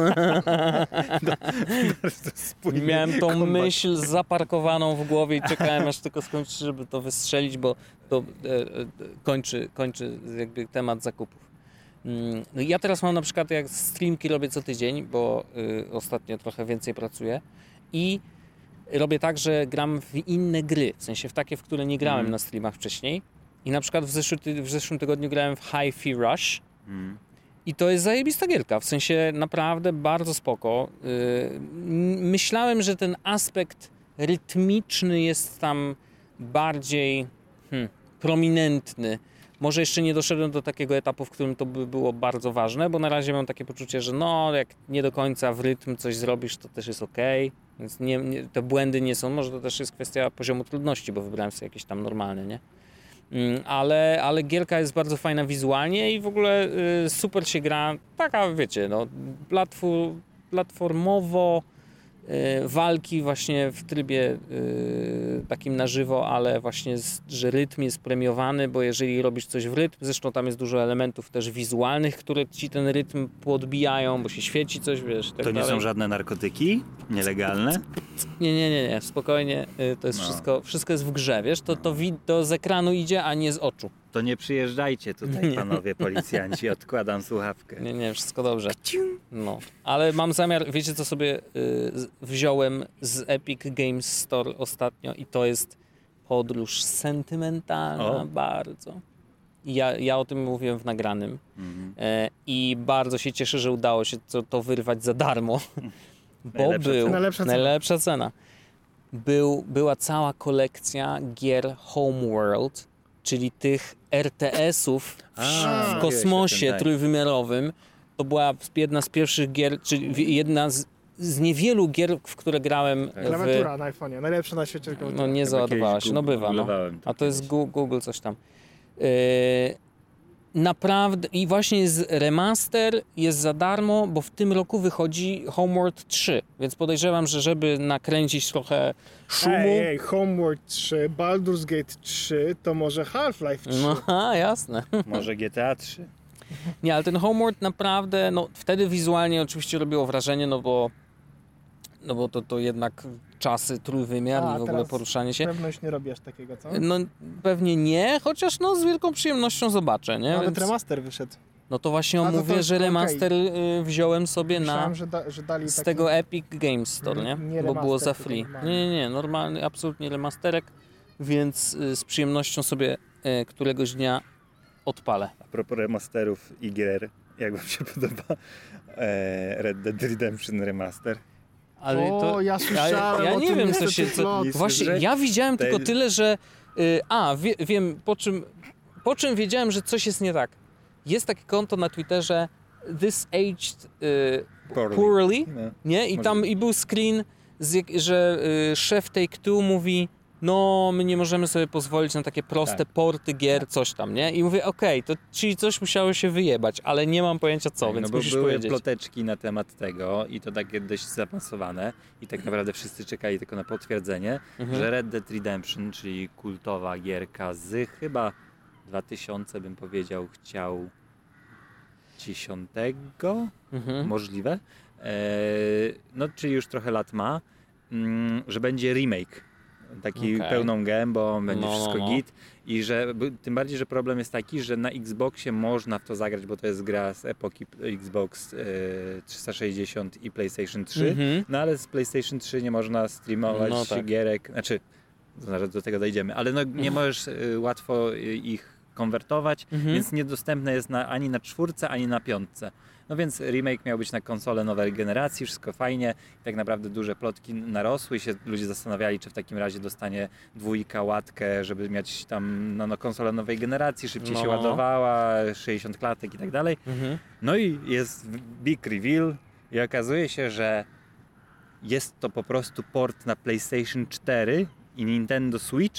Miałem tą Kombat. myśl zaparkowaną w głowie i czekałem, aż tylko skończy, żeby to wystrzelić, bo to e, e, kończy, kończy jakby temat zakupów. Mm, No i ja teraz mam na przykład, jak streamki robię co tydzień, bo y, ostatnio trochę więcej pracuję i robię tak, że gram w inne gry, w sensie w takie, w które nie grałem Mhm. na streamach wcześniej. I na przykład w, zeszły, ty- w zeszłym tygodniu grałem w Hi-Fi Rush Mm. i to jest zajebista gierka, w sensie naprawdę bardzo spoko. Yy, m- myślałem, że ten aspekt rytmiczny jest tam bardziej hmm, prominentny. Może jeszcze nie doszedłem do takiego etapu, w którym to by było bardzo ważne, bo na razie mam takie poczucie, że no, jak nie do końca w rytm coś zrobisz, to też jest okej. Więc nie, nie, te błędy nie są. Może to też jest kwestia poziomu trudności, bo wybrałem sobie jakieś tam normalne, nie? Mm, Ale, ale gierka jest bardzo fajna wizualnie i w ogóle y, super się gra. Taka, wiecie, no, platfu, platformowo y, walki właśnie w trybie y, takim na żywo, ale właśnie, z, że rytm jest premiowany, bo jeżeli robisz coś w rytm, zresztą tam jest dużo elementów też wizualnych, które ci ten rytm podbijają, bo się świeci coś, wiesz, i tak To nie dalej. są żadne narkotyki nielegalne? Nie, nie, nie, nie, spokojnie, y, to jest No. wszystko, wszystko jest w grze, wiesz, to, to, wi- to z ekranu idzie, a nie z oczu. To nie przyjeżdżajcie tutaj, Nie. panowie policjanci, odkładam słuchawkę. Nie, nie, wszystko dobrze. No, ale mam zamiar, wiecie co sobie y, z- wziąłem z Epic Games Store ostatnio i to jest podróż sentymentalna O. bardzo. I Ja, ja o tym mówiłem w nagranym Mhm. e, i bardzo się cieszę, że udało się to, to wyrwać za darmo, bo Najlepsza był cena. Najlepsza cena. najlepsza cena. Był, była cała kolekcja gier Homeworld, czyli tych er te esów w, A, w mówiłeś kosmosie o tym, tak. trójwymiarowym. To była jedna z pierwszych gier, czyli wi- jedna z, z niewielu gier, w które grałem w... Klawiatura na iPhone'ie, najlepsza na świecie klawiatura. No nie Chyba załadowała kiedyś się, no bywa. No. googlowałem to A to jest kiedyś. Gu- Google coś tam. Yy, naprawdę, i właśnie jest remaster, jest za darmo, bo w tym roku wychodzi Homeworld trzy, więc podejrzewam, że żeby nakręcić trochę szumu... Ej, ej, Homeworld trzy, Baldur's Gate trzy, to może Half-Life trzy. No, a, jasne. Może G T A trzy. Nie, ale ten Homeworld naprawdę, no wtedy wizualnie oczywiście robiło wrażenie, no bo no bo to, to jednak czasy trójwymiar A, i w ogóle teraz poruszanie się. Pewno już nie robisz takiego, co? No pewnie nie, chociaż no z wielką przyjemnością zobaczę, nie? Nawet Więc, remaster wyszedł. no to właśnie A, to to mówię, jest że okej. remaster y, wziąłem sobie na Myślałem, że, da, że dali z taki... tego Epic Games Store, nie? Mhm, nie Bo było remaster, za tylko free. normalny. Nie, nie, nie, normalny, absolutnie remasterek, więc y, z przyjemnością sobie y, któregoś dnia odpalę. A propos remasterów i gier, jak wam się podoba e, Red Dead Redemption Remaster? Ale o, to, ja słyszałem ja o nie tym, wiem, co niestety się- co- plot. Nic Właśnie, że- ja widziałem Tej- tylko tyle, że... Y, a, wie, wiem, po czym, po czym wiedziałem, że coś jest nie tak. Jest takie konto na Twitterze This Aged y, Poorly. Poorly, No. nie? I Może- tam i był screen, z, jak- że y, szef Take-Two mówi no, my nie możemy sobie pozwolić na takie proste Tak. porty gier, coś tam, nie? I mówię, okej, to czyli coś musiało się wyjebać, ale nie mam pojęcia co, Tak, więc no bo musisz były powiedzieć. ploteczki na temat tego i to takie dość zaawansowane i tak naprawdę wszyscy czekali tylko na potwierdzenie, Mhm. że Red Dead Redemption, czyli kultowa gierka z chyba dwa tysiące bym powiedział chciał dziesiątego Mhm. możliwe, eee, no czyli już trochę lat ma, mm, że będzie remake, taki Okej. pełną gębą, będzie No, no, wszystko no. git i że by- tym bardziej, że problem jest taki, że na Xboxie można w to zagrać, bo to jest gra z epoki Xbox e, trzysta sześćdziesiąt i PlayStation trzy, Mhm. no ale z PlayStation trzy nie można streamować No tak. gierek, znaczy zaraz do tego dojdziemy, ale no nie możesz e, łatwo e, ich konwertować, Mhm. więc niedostępne jest na, ani na czwórce, ani na piątce. No więc remake miał być na konsolę nowej generacji, wszystko fajnie. I tak naprawdę duże plotki narosły i się ludzie zastanawiali, czy w takim razie dostanie dwójka łatkę, żeby mieć tam no, no, konsolę nowej generacji, szybciej No, się no. ładowała, sześćdziesiąt klatek i tak dalej. Mhm. No i jest big reveal i okazuje się, że jest to po prostu port na PlayStation cztery i Nintendo Switch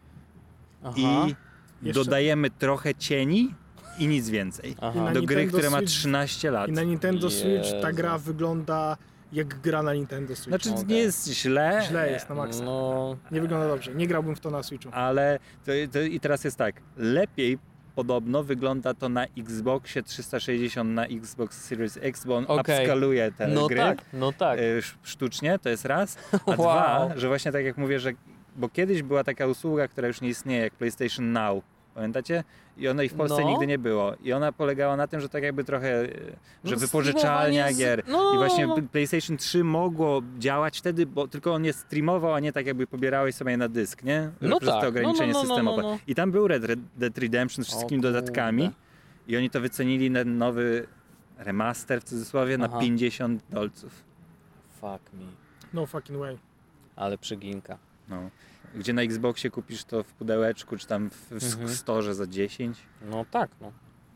Aha. i Jeszcze- dodajemy trochę cieni i nic więcej. Aha. I na Do gry, Nintendo która ma Switch- trzynaście lat. I na Nintendo Switch ta Jezu. gra wygląda jak gra na Nintendo Switch. Znaczy Okej. nie jest źle, Źle jest na maksa. No, Nie wygląda dobrze. Nie grałbym w to na Switchu. ale to, to i teraz jest tak, lepiej podobno wygląda to na Xboxie trzysta sześćdziesiąt, na Xbox Series X, bo on Okej. upskaluje te no gry tak, no tak. e, sz- sztucznie, to jest raz, a Wow. dwa, że właśnie tak jak mówię, że bo kiedyś była taka usługa, która już nie istnieje, jak PlayStation Now, pamiętacie? I ona i w Polsce No. nigdy nie było. I ona polegała na tym, że tak jakby trochę, e, No że to wypożyczalnia streamowanie z- gier. no, I właśnie no. PlayStation trzy mogło działać wtedy, bo tylko on je streamował, a nie tak jakby pobierałeś sobie na dysk, nie? No Przez tak. to ograniczenie No, no, no, no, systemowe. no, no. I tam był Red Dead Redemption z O wszystkimi kurde. dodatkami i oni to wycenili na nowy remaster w cudzysłowie na Aha. pięćdziesiąt dolców. Fuck me. No fucking way. Ale przyginka. No. Gdzie na Xboxie kupisz to w pudełeczku, czy tam w, w Mhm. storze za dziesięć. No tak, no.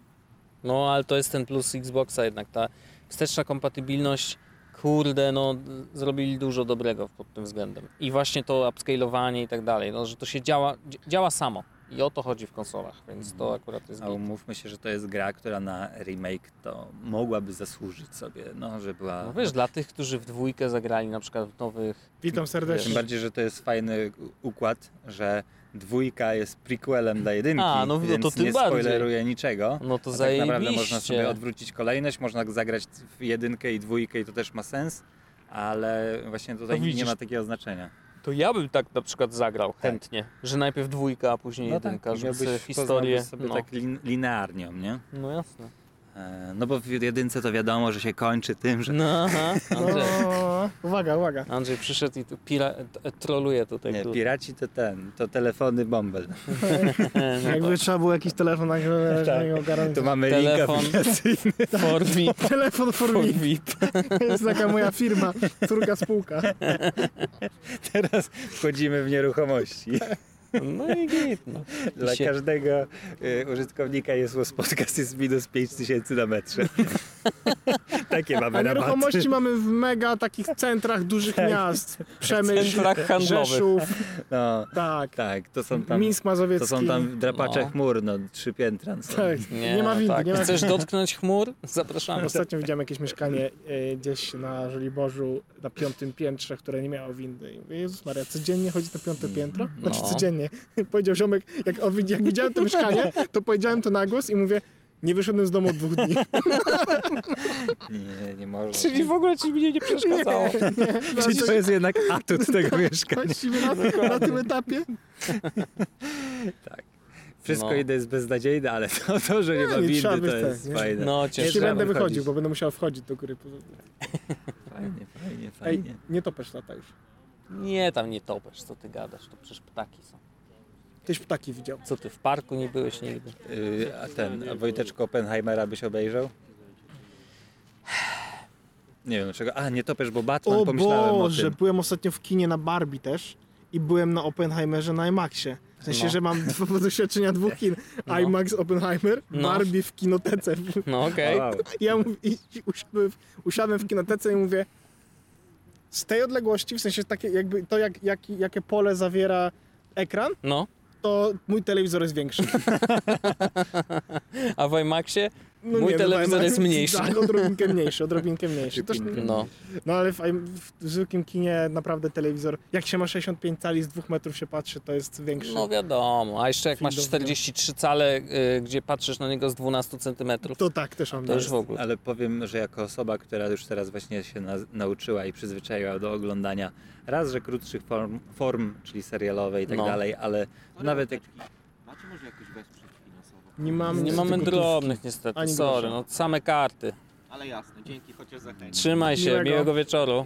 No, ale to jest ten plus Xboxa jednak, ta wsteczna kompatybilność, kurde, no zrobili dużo dobrego pod tym względem. I właśnie to upscalowanie i tak dalej, no, że to się działa, dzi- działa samo. I o to chodzi w konsolach, więc to akurat jest A git. umówmy się, że to jest gra, która na remake to mogłaby zasłużyć sobie, no, że była... No wiesz, dla tych, którzy w dwójkę zagrali na przykład w nowych... Witam Tym serdecznie. bardziej, że to jest fajny układ, że dwójka jest prequelem dla jedynki, A, no, no więc to tym nie bardziej. spoileruje niczego. No to A tak zajebiście. naprawdę można sobie odwrócić kolejność, można zagrać w jedynkę i dwójkę i to też ma sens, ale właśnie tutaj No nie widzisz. ma takiego znaczenia. To ja bym tak na przykład zagrał chętnie, że najpierw dwójka, a później jedynka, żeby miałbyś- sobie historię... poznałbyś sobie No, tak lin- linearnie, nie? no jasne. E, No bo w jedynce to wiadomo, że się kończy tym, że No aha, Andrzej. No, uwaga, uwaga. Andrzej przyszedł i tu pira... t- troluje tutaj. nie, tu. piraci to ten, to telefony Bumble. Jakby trzeba było jakiś telefon na Tak. ogarnąć. Tu mamy Telefon. link aplikacyjny. Formi. Telefon for me. Formi. To jest taka moja firma, córka spółka. Teraz wchodzimy w nieruchomości. No i git. No. Dla się- każdego y, użytkownika jest podcast jest minus pięć tysięcy na metrze. Takie mamy A rabaty. nieruchomości mamy w mega takich centrach dużych Tak. miast. Przemyśl, Centrach handlowych. Rzeszów, No, tak. tak, to są tam, Mińsk Mazowiecki. to są tam drapacze No. chmur, no, trzy piętra są. Tak. Nie, Nie ma windy, tak. nie ma Chcesz dotknąć chmur? Zapraszamy. Ostatnio widziałem jakieś mieszkanie e, gdzieś na Żoliborzu na piątym piętrze, które nie miało windy. I mówię, Jezus Maria, codziennie chodzi na piąte piętro? Znaczy No. codziennie. Powiedział ziomek, jak, o, jak widziałem to mieszkanie, to powiedziałem to na głos i mówię, nie wyszedłem z domu od dwóch dni. Nie, nie można. Czyli w ogóle ci mnie nie przeszkadzało. Nie, Czyli to jest jednak atut tego mieszkania. Właściwie na, na tym etapie. Tak. Wszystko No. inne jest beznadziejne, ale to, to że nie ma nie windy, trzeba to być jest tak, nie? fajne. No Ja ciężko. nie będę wychodzić. wychodził, bo będę musiał wchodzić do góry. Fajnie, fajnie, Ej, fajnie. nie topesz lata już. Nie, tam nie topesz, co ty gadasz, to przecież ptaki są. Tyś ptaki widział. Co ty, w parku nie byłeś nigdy? Yy, a ten, a Wojteczko Oppenheimera byś obejrzał? Nie wiem dlaczego. A, nie topesz, bo Batman, O pomyślałem Boże, o tym. byłem ostatnio w kinie na Barbie też i byłem na Oppenheimerze na IMAXie. W sensie, No. że mam dwa doświadczenia dwóch kin. No. IMAX, Oppenheimer, No. Barbie w kinotece. No okej. Wow. I ja mówię, i usiadłem, w, usiadłem w kinotece i mówię, z tej odległości, w sensie takie jakby to jak, jak, jakie pole zawiera ekran, No, to mój telewizor jest większy. a w IMAXie? No Mój nie, telewizor no, jest mniejszy. Tak, odrobinkę mniejszy, odrobinkę mniejszy. Też, No. no ale w, w zwykłym kinie naprawdę telewizor, jak się ma sześćdziesiąt pięć cali, z dwóch metrów się patrzy, to jest większy. No wiadomo, a jeszcze jak masz Film do czterdzieści trzy cale, y, gdzie patrzysz na niego z dwunastu centymetrów, To tak też mam. to już w ogóle. Ale powiem, że jako osoba, która już teraz właśnie się na, nauczyła i przyzwyczaiła do oglądania raz, że krótszych form, form czyli serialowej i tak No. dalej, ale nawet jak... Macie może jakoś wesprzeć finansowo? Nie mam Nie mamy gotówki. drobnych niestety, Ani sorry, grosza. no same karty. Ale jasne, dzięki, chociaż zachęcam. Trzymaj się, Miłego. miłego wieczoru.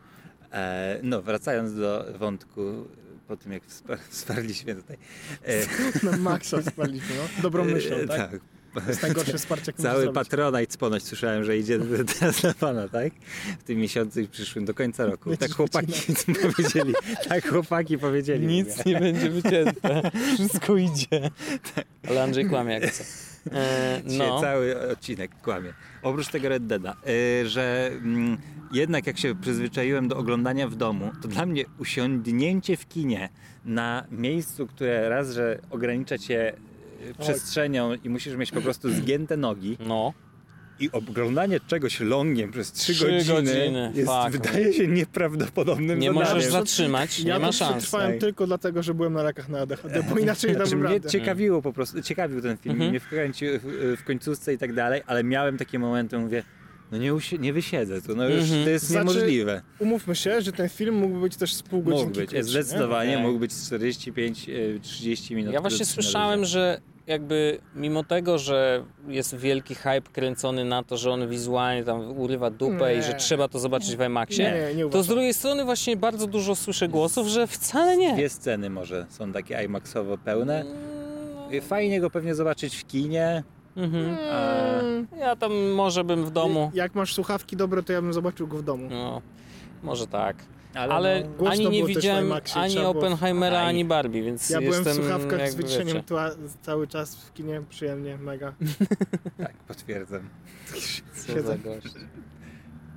E, no, wracając do wątku, po tym jak wspar- wsparliśmy tutaj. E, Na maksa spaliśmy, no. Dobrą myślą, e, tak? To jest najgorsze wsparcie, jakie Cały możesz zrobić. Patronite ponoć słyszałem, że idzie teraz na pana, tak? W tym miesiącu i przyszłym do końca roku. Tak Będziesz chłopaki powiedzieli. Tak chłopaki powiedzieli. mówię. Nic nie będzie wycięte, wszystko idzie. Ale Andrzej kłamie jak chce. E, Dzisiaj no, cały odcinek kłamie. Oprócz tego Red Deada, y, że mm, jednak jak się przyzwyczaiłem do oglądania w domu, to dla mnie usiądnięcie w kinie na miejscu, które raz, że ogranicza cię y, przestrzenią i musisz mieć po prostu zgięte nogi no. i oglądanie czegoś longiem przez trzy Trzy godziny, godziny, jest, fuck. wydaje się nieprawdopodobnym Nie zadaniem. możesz zatrzymać, Ja nie ma to szans. przetrwałem tak. tylko dlatego, że byłem na lekach na A D H D, bo inaczej Znaczy, dam mnie radę. ciekawiło po prostu, ciekawił ten film, Mhm. mnie wkręcił w, w końcówce i tak dalej, ale miałem takie momenty, mówię, no nie, usi- nie wysiedzę tu, no już Mhm. to jest Znaczy, niemożliwe. Umówmy się, że ten film mógłby być też z pół godzinki Mógł być, krótszy, zdecydowanie nie? mógł być czterdzieści pięć trzydzieści minut. Ja właśnie krótszy na słyszałem, luzie. że jakby mimo tego, że jest wielki hype kręcony na to, że on wizualnie tam urywa dupę Nie. i że trzeba to zobaczyć w IMAXie, Nie, nie to uważam. z drugiej strony właśnie bardzo dużo słyszę głosów, że wcale nie. Dwie sceny może są takie IMAXowo pełne. Mm, Fajnie go pewnie zobaczyć w kinie. Mhm. A, Ja tam może bym w domu, Jak masz słuchawki dobre, to ja bym zobaczył go w domu. no może tak. ale Ale no, Głośno ani nie było też w widziałem IMAXie, ani trzeba było- Oppenheimera, Aj. ani Barbie, więc Ja byłem w jestem słuchawkach z jakby, wyciszeniem wiecie. tła cały czas w kinie, przyjemnie, mega. tak, potwierdzam. Co za Siedzę. gość.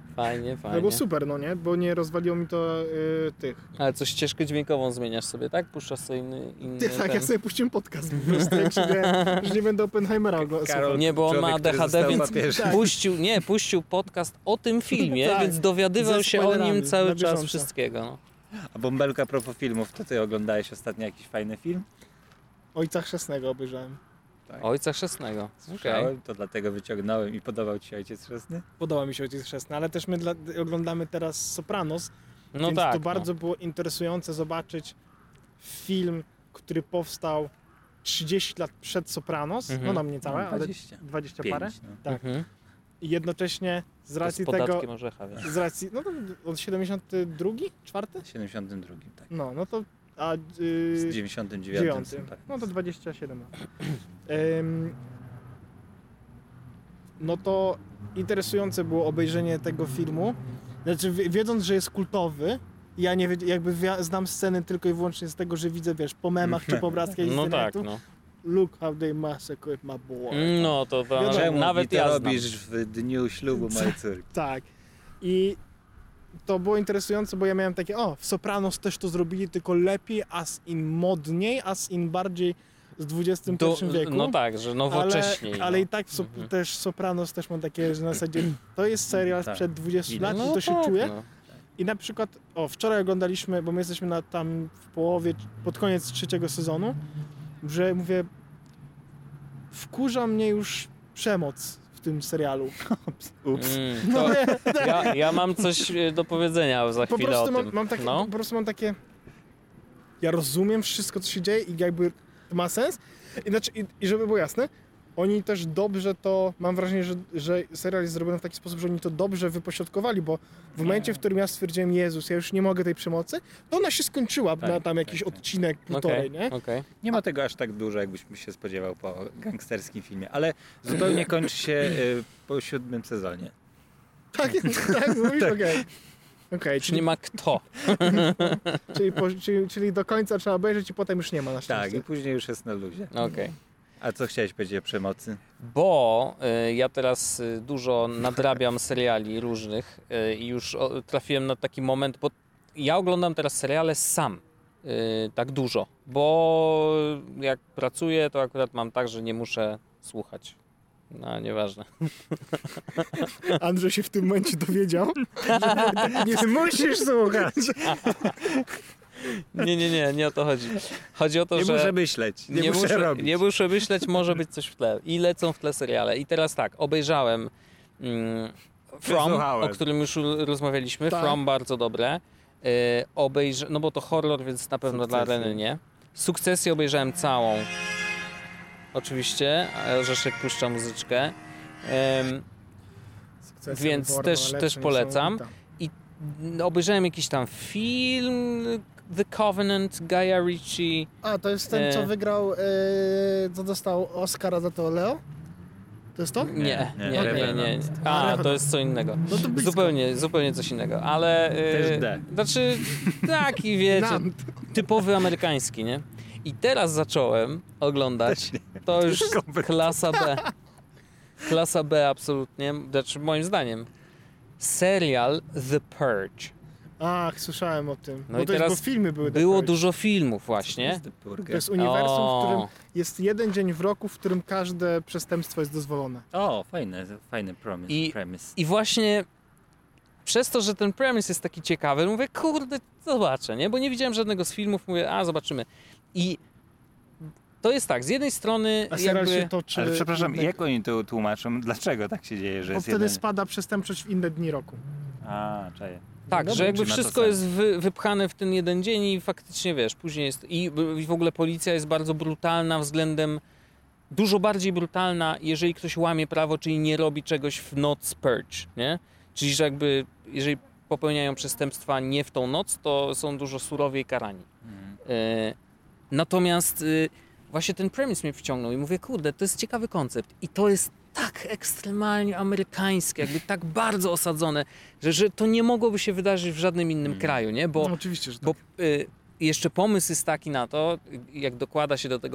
Fajnie, No fajnie. bo super, no nie? Bo nie rozwaliło mi to y, tych. Ale coś ścieżkę dźwiękową zmieniasz sobie, tak? Puszczasz sobie inny, inny Ty, tak, ten... ja sobie puściłem podcast po prostu, jak się wie, że nie będę Oppenheimera oglądał. Karol, Nie, bo on człowiek, ma który A D H D, został więc papieżem. Tak. puścił, nie, puścił podcast o tym filmie, Tak, więc dowiadywał ze się o spoilerami, nim cały na czas bieżąco. wszystkiego. No. A Bąbelka, a propos filmów, to ty oglądałeś ostatnio jakiś fajny film? Ojca Chrzestnego obejrzałem. Tak. Ojca Chrzestnego. Okej. Słyszałem, to dlatego wyciągnąłem i podobał ci się Ojciec Chrzestny? Podoba mi się Ojciec Chrzestny, ale też my dla, oglądamy teraz Sopranos, No więc tak. to bardzo było interesujące zobaczyć film, który powstał trzydzieści lat przed Sopranos, Mhm. no nam niecałe, ale dwadzieścia. dwadzieścia Pięć, parę. no. Tak. Mhm. I jednocześnie z To racji z podatkiem tego, orzecha, wiesz. z racji, no to od siedemdziesiątego drugiego? czwartego? W siedemdziesiątym drugim, tak. No, no to, a Z yy, dziewięćdziesiątym dziewiątym dziewiątym. są tak. No to dwadzieścia siedem lat. Ym, no to interesujące było obejrzenie tego filmu. Znaczy, wie- wiedząc, że jest kultowy, ja nie wiedz- jakby wia- znam sceny tylko i wyłącznie z tego, że widzę, wiesz, po memach czy po obrazkach z No tak, internetu. no. Look how they massacred my boy. No to, to Wiadomo. Czemu nawet mi to ja znam. robisz w dniu ślubu mojej córki? Tak. I to było interesujące, bo ja miałem takie, o, w Sopranos też to zrobili, tylko lepiej, as in modniej, as in bardziej z dwudziestym pierwszym wieku. No tak, że nowocześniej. Ale, ale no. i tak w sop- Mhm. też Sopranos też mam takie, że na zasadzie to jest serial Tak. sprzed dwudziestu lat no i to się tak, czuje. No. I na przykład, o, wczoraj oglądaliśmy, bo my jesteśmy na, tam w połowie, pod koniec trzeciego sezonu, że mówię, wkurza mnie już przemoc w tym serialu. Ups. Mm, No to nie, ja, ja mam coś e, do powiedzenia za po chwilę prostu o mam, tym. mam takie, No. po prostu mam takie, ja rozumiem wszystko, co się dzieje i jakby to ma sens. I, znaczy, i, i żeby było jasne, oni też dobrze to, mam wrażenie, że, że serial jest zrobiony w taki sposób, że oni to dobrze wypośrodkowali, bo w momencie, w którym ja stwierdziłem, Jezus, ja już nie mogę tej przemocy, to ona się skończyła Tak, na tam tak, jakiś tak. odcinek, półtorej, Okej, nie? okej. Nie ma tego aż tak dużo, jakbyśmy się spodziewał po gangsterskim filmie, ale zupełnie kończy się y, po siódmym sezonie. Tak, tak, mówisz? Okej. Okej, Już czyli, nie ma kto. czyli, po, czyli, czyli do końca trzeba obejrzeć i potem już nie ma na Tak, szczęście. i później już jest na luzie. Okej. A co chciałeś powiedzieć o przemocy? Bo y, ja teraz y, dużo nadrabiam seriali różnych y, i już o, trafiłem na taki moment, bo ja oglądam teraz seriale sam. y, Tak dużo, bo jak pracuję, to akurat mam tak, że nie muszę słuchać. No, nieważne. Andrzej się w tym momencie dowiedział, że nie musisz słuchać. Nie, nie, nie, nie o to chodzi. Chodzi o to, Nie że... muszę myśleć, nie, nie muszę, robić. Nie muszę myśleć, może być coś w tle. I lecą w tle seriale. I teraz tak, obejrzałem mm, From, Wysłuchałem. o którym już rozmawialiśmy. Tak. From bardzo dobre. Yy, obejrz... No bo to horror, więc na pewno dla Sukcesy. Reny nie. Sukcesję obejrzałem całą. Oczywiście, a Orzeszek puszcza muzyczkę. Ym, Sukcesem Więc Borna, też- lepsza też niż polecam. niesamowita. obejrzałem jakiś tam film, The Covenant, Guya Ritchie. A, to jest ten, E. co wygrał, e, co dostał Oscara za to Leo? To jest to? Nie, Nie, nie, nie, nie, nie. Revenant. A, Revenant. to jest co innego. No to blisko. Zupełnie, zupełnie coś innego, ale... Też yy, D. Znaczy, taki wiecie, Nant. typowy amerykański, nie? I teraz zacząłem oglądać, to już klasa B. Klasa B absolutnie, znaczy moim zdaniem. Serial The Purge. Ach, słyszałem o tym. No bo i to jest, teraz bo filmy były. The Było Purge. dużo filmów To właśnie. jest The To Purge. jest uniwersum, w którym O, jest jeden dzień w roku, w którym każde przestępstwo jest dozwolone. O, fajny, fajny promise. I- premise. I właśnie przez to, że ten premise jest taki ciekawy, mówię, kurde, zobaczę, nie? Bo nie widziałem żadnego z filmów, mówię, a zobaczymy. I to jest tak, z jednej strony A serial jakby... się toczy... Ale przepraszam, jednego- jak oni to tłumaczą? Dlaczego tak się dzieje, że Bo jest wtedy jeden... spada przestępczość w inne dni roku. A, czaję. Tak, Dobra, że jakby czy ma to wszystko sens? jest wy, wypchane w ten jeden dzień i faktycznie, wiesz, później jest... I, I w ogóle policja jest bardzo brutalna względem... Dużo bardziej brutalna, jeżeli ktoś łamie prawo, czyli nie robi czegoś w noc purge, nie? Czyli, że jakby, jeżeli popełniają przestępstwa nie w tą noc, to są dużo surowiej karani. Mhm. E, natomiast y, właśnie ten premise mnie wciągnął i mówię, kurde, to jest ciekawy koncept i to jest tak ekstremalnie amerykańskie, jakby tak bardzo osadzone, że, że to nie mogłoby się wydarzyć w żadnym innym Mhm. kraju, nie? Bo, No, oczywiście, że tak. bo y, jeszcze pomysł jest taki na to, jak dokłada się do tego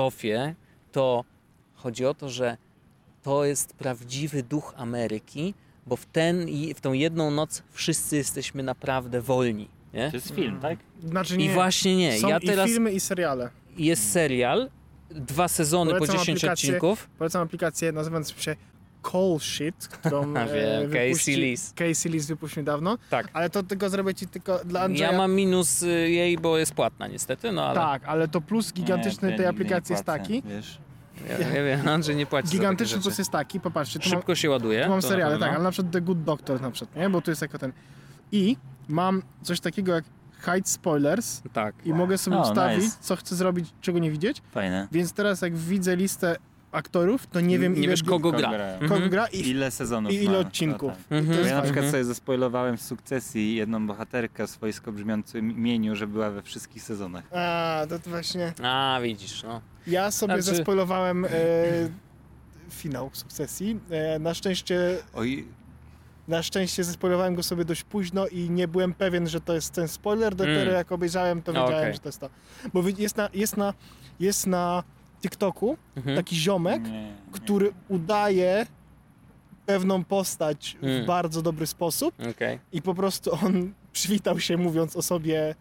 filozofię, to chodzi o to, że to jest prawdziwy duch Ameryki, bo w, ten, i w tą jedną noc wszyscy jesteśmy naprawdę wolni. Nie? To jest film, tak? Znaczy nie, I właśnie nie. są Ja i teraz filmy i seriale. jest serial, dwa sezony Polecam po dziesięć aplikację. odcinków. Polecam aplikację nazywającą się Call Shit, którą A, e, wiem, Casey wypuści- Lees. Casey Lees wypuścił niedawno, Tak. ale to tylko zrobię ci tylko dla Andrzeja. Ja mam minus y, jej, bo jest płatna niestety, no ale Tak, ale to plus gigantyczny Nie, to tej ja aplikacji nie jest płacę, taki. Wiesz? ja, ja wiem, Andrzej nie płaci Gigantyczny za takie plus rzeczy. jest taki, popatrzcie, tu mam, Szybko się ładuje. tu mam to na seriale, pewno. tak, ale na przykład The Good Doctor na przykład, nie? Bo tu jest jako ten. I mam coś takiego jak hide spoilers Tak. i mogę sobie O, ustawić, nice. co chcę zrobić, czego nie widzieć, Fajne. więc teraz jak widzę listę aktorów, to nie wiem Nie ile wiesz kogo gra. grają. kogo Mhm. gra i, Ile sezonów i ile ma, odcinków. to tak. Mhm. To Bo jest ja na fajne. przykład sobie zaspoilowałem w Sukcesji jedną bohaterkę w swojsko brzmiącym imieniu, że była we wszystkich sezonach. A, to, to właśnie. A, widzisz, no. Ja sobie Znaczy- zaspoilowałem e, finał Sukcesji. E, na szczęście Oj, Na szczęście zaspoilowałem go sobie dość późno i nie byłem pewien, że to jest ten spoiler. Dopiero Mm. jak obejrzałem, to wiedziałem, Okej. że to jest to. Bo wi- jest na, jest na, jest na TikToku Mhm. taki ziomek, nie, nie. który udaje pewną postać Mm. w bardzo dobry sposób Okej. i po prostu on przywitał się mówiąc o sobie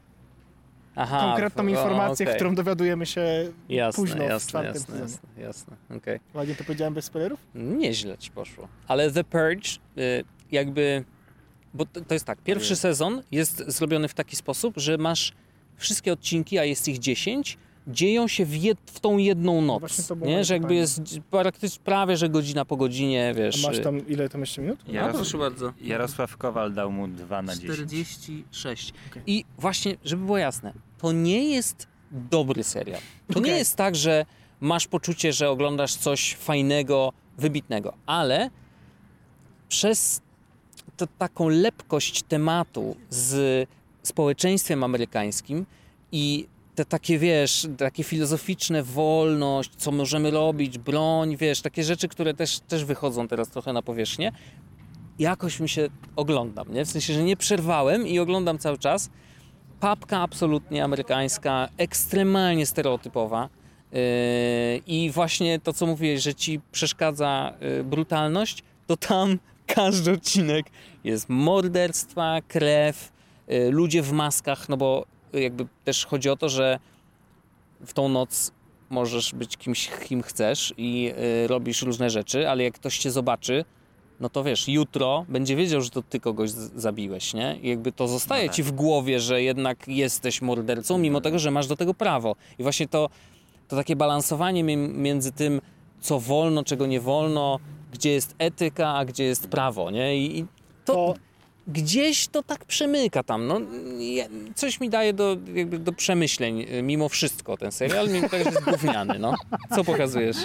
Aha. konkretną w- o, informację, okej. którą dowiadujemy się Jasne, późno w jasne, czwartym jasne, sezonie. jasne, jasne, okej. Ładnie to powiedziałem bez spoilerów? Nieźle ci poszło. Ale The Purge y, jakby... Bo to, to jest tak, pierwszy sezon jest zrobiony w taki sposób, że masz wszystkie odcinki, a jest ich dziesięć, dzieją się w, jed, w tą jedną noc. właśnie to było Nie? moje Że jakby pytanie. jest praktycznie prawie, że godzina po godzinie, wiesz. A masz y, tam, ile tam jeszcze minut? No, Jaros- proszę bardzo. Jarosław Kowal dał mu dwa na dziesięć. czterdzieści sześć. Okej. I właśnie, żeby było jasne, to nie jest dobry serial. To nie Okej. jest tak, że masz poczucie, że oglądasz coś fajnego, wybitnego, ale przez to, taką lepkość tematu z społeczeństwem amerykańskim i te takie, wiesz, takie filozoficzne wolność, co możemy robić, broń, wiesz, takie rzeczy, które też, też wychodzą teraz trochę na powierzchnię, jakoś mi się oglądam, nie? W sensie, że nie przerwałem i oglądam cały czas. Papka absolutnie amerykańska, ekstremalnie stereotypowa. Yy, I właśnie to, co mówiłeś, że ci przeszkadza yy, brutalność, to tam każdy odcinek jest morderstwa, krew, yy, ludzie w maskach, no bo jakby też chodzi o to, że w tą noc możesz być kimś, kim chcesz i yy, robisz różne rzeczy, ale jak ktoś cię zobaczy, no to wiesz, jutro będzie wiedział, że to ty kogoś z- zabiłeś, nie? I jakby to zostaje No tak. ci w głowie, że jednak jesteś mordercą, mimo tego, że masz do tego prawo. I właśnie to, to takie balansowanie mi- między tym, co wolno, czego nie wolno, gdzie jest etyka, a gdzie jest prawo, nie? I, i to, To- gdzieś to tak przemyka tam, no. Je- Coś mi daje do, jakby do przemyśleń, y, mimo wszystko ten serial, mimo tego, że jest gówniany, no. Co pokazujesz?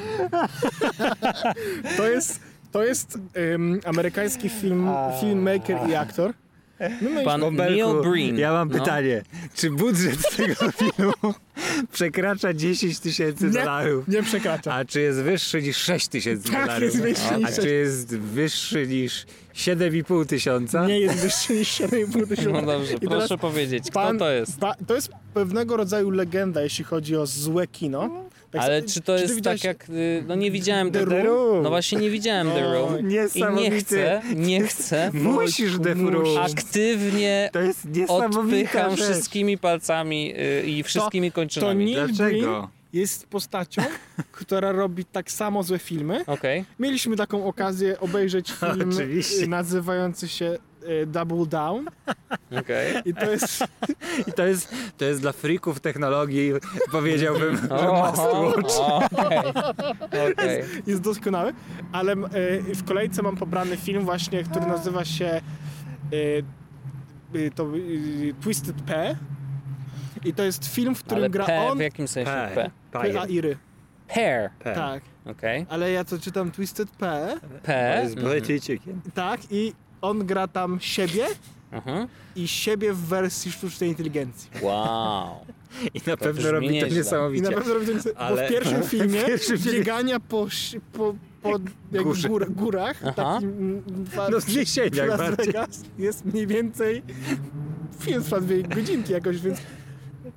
To jest, to jest ym, amerykański film, filmmaker i aktor. My mieliśmy- Pan Bąbelku, Neil Breen. ja mam no. pytanie. Czy budżet tego filmu przekracza dziesięć tysięcy Nie. dolarów? nie przekracza. A czy jest wyższy niż sześć tysięcy Tak, dolarów? jest wyższy niż A czy jest wyższy niż siedem i pół tysiąca? Nie jest wyższy niż siedem i pół tysiąca. No dobrze, I teraz proszę powiedzieć, kto pan- to jest? Pa, to jest pewnego rodzaju legenda, jeśli chodzi o złe kino. Tak Ale s- czy to ty jest widziałeś- tak jak... y, No nie widziałem The The Room? No właśnie nie widziałem The O, Room. I nie Niesamowity. chcę, nie chcę. Musisz The Musisz. Room. Aktywnie To jest niesamowita odpycham rzecz. wszystkimi palcami y, i wszystkimi To kończynami. Neil Breen Dlaczego? jest postacią, która robi tak samo złe filmy. Okej. Mieliśmy taką okazję obejrzeć film Oczywiście. y, nazywający się y, Double Down Okej. i to jest I to jest, to jest dla freaków technologii, powiedziałbym, że O, must watch. Okej. Okej. jest doskonały, ale y, w kolejce mam pobrany film właśnie, który nazywa się y, y, to, y, Twisted P. I to jest film, w którym Ale gra P on... w jakim sensie P. P? P a i ry. Pair. P. Tak. Okej. Ale ja to czytam Twisted P. To P. jest Brytyjczykiem. Tak, i on gra tam siebie Mhm. i siebie w wersji sztucznej inteligencji. Wow. I na pewno brzmi robi to nieźle. I niesamowicie. na pewno robi to niestety- bo Ale- w pierwszym filmie w pierwszym filmie- biegania po, ś- po, po jakby Górze. gór, górach, Aha. takim mm, dwa- No przy zniesieniach Las bardziej. Vegas jest mniej więcej film trwa dwie godzinki jakoś, więc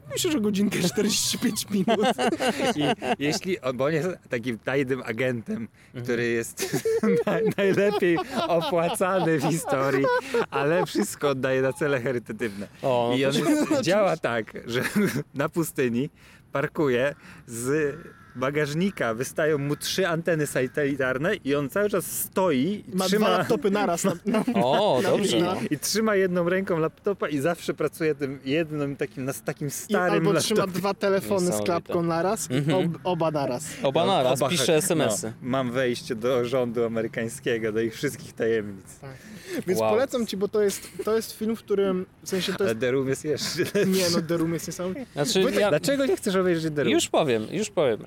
Myślę, że godzinkę czterdzieści pięć minut. I jeśli, on- bo on jest takim tajnym agentem, który jest naj- najlepiej opłacany w historii, ale wszystko oddaje na cele charytatywne. O, I to on jest, działa tak, że na pustyni parkuje z bagażnika, wystają mu trzy anteny satelitarne i on cały czas stoi i Ma dwa trzyma, laptopy naraz. Na, na, O, na- dobrze. na- No. i trzyma jedną ręką laptopa i zawsze pracuje tym jednym takim, na takim I starym albo trzyma laptopie. dwa telefony z Niesamowite. klapką naraz, Mhm. ob, oba naraz. Oba naraz, Oba- pisze es em esy. No, mam wejście do rządu amerykańskiego, do ich wszystkich tajemnic. Więc Wow. polecam ci, bo to jest, to jest film, w którym, w sensie to Ale jest, The Room jest jeszcze lepszy. nie no, The Room jest niesamowity. Znaczy, Wojtek, ja, Dlaczego nie chcesz obejrzeć The Room? już powiem, już powiem.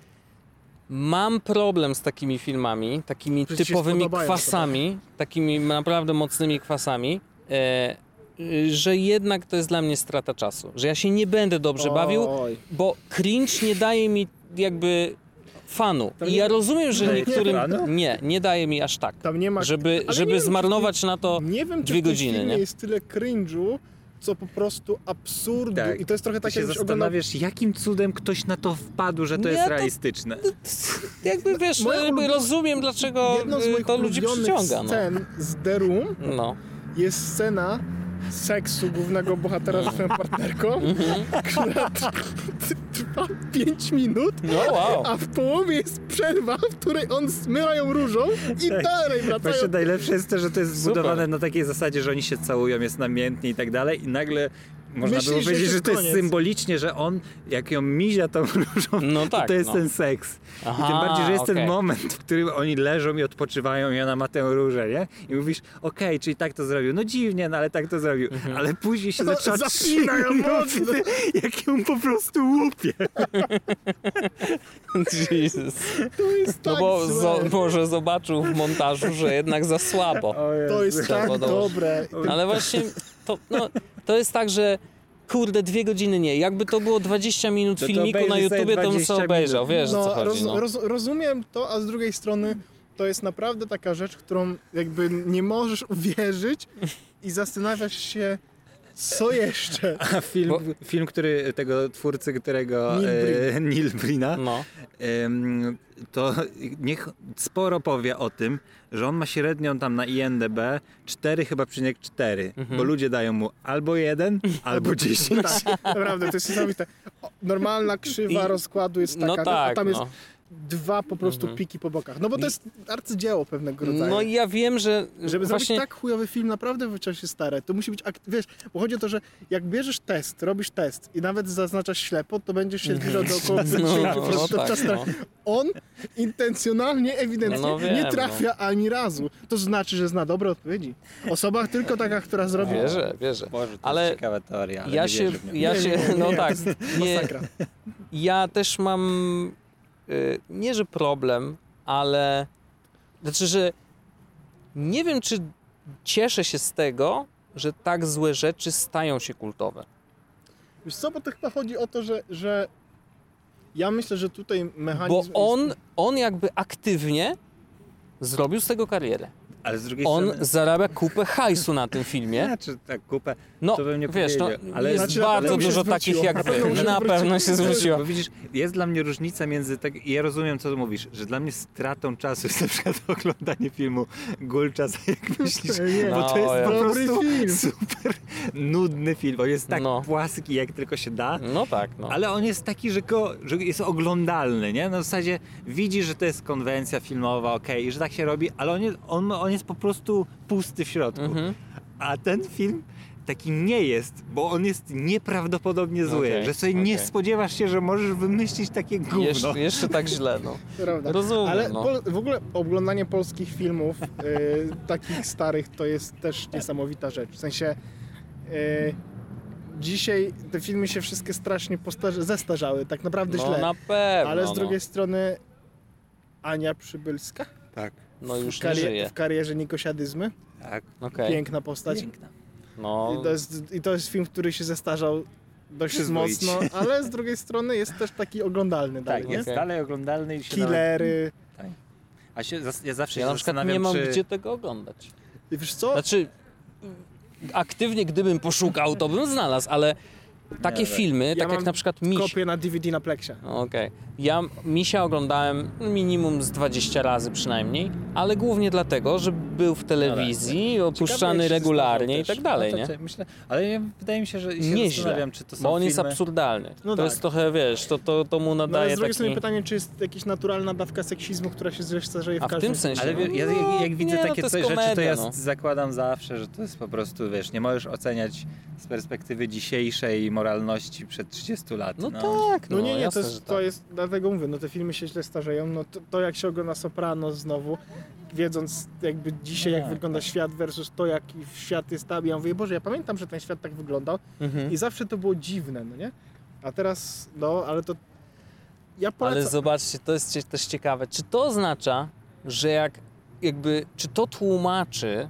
Mam problem z takimi filmami, takimi Że ci się typowymi spodobają, kwasami, takimi naprawdę mocnymi kwasami, e, y, że jednak to jest dla mnie strata czasu. Że ja się nie będę dobrze bawił, Oj. bo cringe nie daje mi jakby fanu. To I nie- ja rozumiem, że Daje niektórym... fanu? Nie, nie daje mi aż tak. Tam nie ma... Żeby, ale żeby nie wiem, czy zmarnować na to Nie wiem, czy dwie w tym godziny, filmie nie? jest tyle cringe'u, co po prostu absurdu. Tak. I to jest trochę Ty tak, się jakbyś oglądał... zastanawiasz, jakim cudem ktoś na to wpadł, że to Nie, jest to- realistyczne. Jakby wiesz, Moja jakby ulubiona- rozumiem, dlaczego Jedną z y, moich to ludzi ulubionych przyciąga. No. scen z The Room No. jest scena seksu głównego bohatera ze swoją partnerką, Mhm. która t- t- trwa pięć minut, No wow. a w połowie jest przerwa, w której on zmywa ją różą i Tak. dalej wracają. Właśnie najlepsze jest to, że to jest Super. zbudowane na takiej zasadzie, że oni się całują, jest namiętnie i tak dalej i nagle można Myślisz, było że powiedzieć, to że jest to jest koniec. symbolicznie, że on, jak ją mizia tą różą, No to tak, to jest no. ten seks. Aha, I tym bardziej, że jest okej. ten moment, w którym oni leżą i odpoczywają i ona ma tę różę, nie? I mówisz, okej, czyli tak to zrobił. No dziwnie, no ale tak to zrobił. Mhm. Ale później się No, zaczęła za trzymać chwilę, mocny, jak ją po prostu łupie. Jesus. To jest No tak bo złe. zo, może zobaczył w montażu, że jednak za słabo. O To Jezu. jest tak Podoba się. dobre. Ale właśnie to, no, to jest tak, że kurde, dwie godziny nie. Jakby to było dwadzieścia minut To to filmiku na obejrzyj sobie YouTubie, to bym dwadzieścia sobie obejrzał. minut. Wiesz, o co No, chodzi. roz, No. roz, rozumiem to, a z drugiej strony to jest naprawdę taka rzecz, którą jakby nie możesz uwierzyć i zastanawiasz się, co jeszcze. A film, Bo- film, który tego twórcy, którego Neil e, Neil Brina, No. em, to niech sporo powie o tym, że on ma średnią tam na I M D B cztery chyba przecinek cztery, Mhm. bo ludzie dają mu albo jeden, albo dziesięć. Tak, naprawdę, to jest niesamowite. O, normalna krzywa I- rozkładu jest taka, No a tak, tam jest no. dwa po prostu Mhm. piki po bokach. No bo to jest arcydzieło pewnego rodzaju. No i ja wiem, że Żeby właśnie... zrobić tak chujowy film, naprawdę wyczuć się stare. To musi być, ak- wiesz, bo chodzi o to, że jak bierzesz test, robisz test i nawet zaznaczasz ślepo, to będziesz się zbliżał do około No, przeciętki, no, po prostu tak, czas no. trafi. On intencjonalnie, ewidentnie No wiem, nie trafia ani razu. To znaczy, że zna dobre odpowiedzi. Osoba tylko taka, która zrobi... Wierzę, wierzę. Boże, to Ale jest ciekawa teoria, ale Ja nie się, wierzę w nią. ja Nie, się, nie, nie, no nie, tak, to jest nie, Masakra. ja też mam, y, nie że problem, ale, znaczy, że nie wiem, czy cieszę się z tego, że tak złe rzeczy stają się kultowe. Wiesz co, bo to chyba chodzi o to, że, że ja myślę, że tutaj Bo mechanizm... on, jest... on jakby aktywnie zrobił z tego karierę. Ale z drugiej On strony... zarabia kupę hajsu na tym filmie. Znaczy, tak, kupę, No, to bym nie wiesz, no, powiedział. ale jest Znaczy, na bardzo pewno się dużo zwróciło. takich jak Na pewno wy. się Na zwróciło. pewno się zwróciło. Bo widzisz, jest dla mnie różnica między tak, i ja rozumiem, co ty mówisz, że dla mnie stratą czasu jest na przykład oglądanie filmu Gulczas, jak myślisz, Nie, bo to no, jest ja. po Dobry prostu film. super nudny film, bo jest tak No. płaski, jak tylko się da, No tak, no. ale on jest taki, że, go, że jest oglądalny, nie? Na zasadzie widzisz, że to jest konwencja filmowa, okej, i że tak się robi, ale on jest, on, on jest po prostu pusty w środku. Mhm. A ten film taki nie jest, bo on jest nieprawdopodobnie zły, Okej, że sobie nie okej. spodziewasz się, że możesz wymyślić takie gówno. Jeszcze, jeszcze tak źle, no. Prawda. Rozumiem, Ale no. pol, w ogóle oglądanie polskich filmów, y, takich starych, to jest też niesamowita rzecz. W sensie y, dzisiaj te filmy się wszystkie strasznie postarze, zestarzały, tak naprawdę No źle. na pewno, Ale z no. drugiej strony Ania Przybylska Tak, No już w, nie karie- żyje. w karierze Nikosiadyzmy. tak. Okej. Piękna postać. Piękna. No, I to, jest, I to jest film, który się zestarzał dość Przyzwoicie. mocno, ale z drugiej strony jest też taki oglądalny dalej, Tak, nie? jest Okej. dalej oglądalny i się nawet... Killery. A się, zas- ja zawsze ja się na przykład zastanawiam, nie mam czy... gdzie tego oglądać. I wiesz co? Znaczy, aktywnie gdybym poszukał, to bym znalazł, ale takie Nie, że- filmy, Ja tak jak mam na przykład Miś. Kopię na D V D na Plexie. Okej. Ja Misia oglądałem minimum z dwadzieścia razy przynajmniej, ale głównie dlatego, że był w telewizji, opuszczany regularnie i tak dalej, nie? Myślę, ale ja, wydaje mi się, że się Nieźle, zastanawiam, czy to są bo on jest filmy... absurdalny. No to tak. jest trochę, wiesz, to, to, to mu No ale nadaje z drugiej strony taki... pytanie, czy jest jakaś naturalna dawka seksizmu, która się zestarzeje w A w każdym tym sensie? Ale wie- ja, No, jak, jak widzę nie, no takie to jest coś, rzeczy, to komedia, ja no. z- zakładam zawsze, że to jest po prostu, wiesz, nie możesz oceniać z perspektywy dzisiejszej moralności przed trzydziestu lat. No, No, tak, no, No nie, nie, jasne, to że jest, tak. to jest, dlatego mówię, no te filmy się źle starzeją, no to, to jak się ogląda Sopranos znowu, wiedząc jakby dzisiaj jak Tak, wygląda tak. świat versus to jaki świat jest tam, ja mówię, Boże, ja pamiętam, że ten świat tak wyglądał Mhm. i zawsze to było dziwne, no nie? A teraz, no, ale to ja polecam... Ale zobaczcie, to jest cie- też ciekawe. Czy to oznacza, że jak jakby, czy to tłumaczy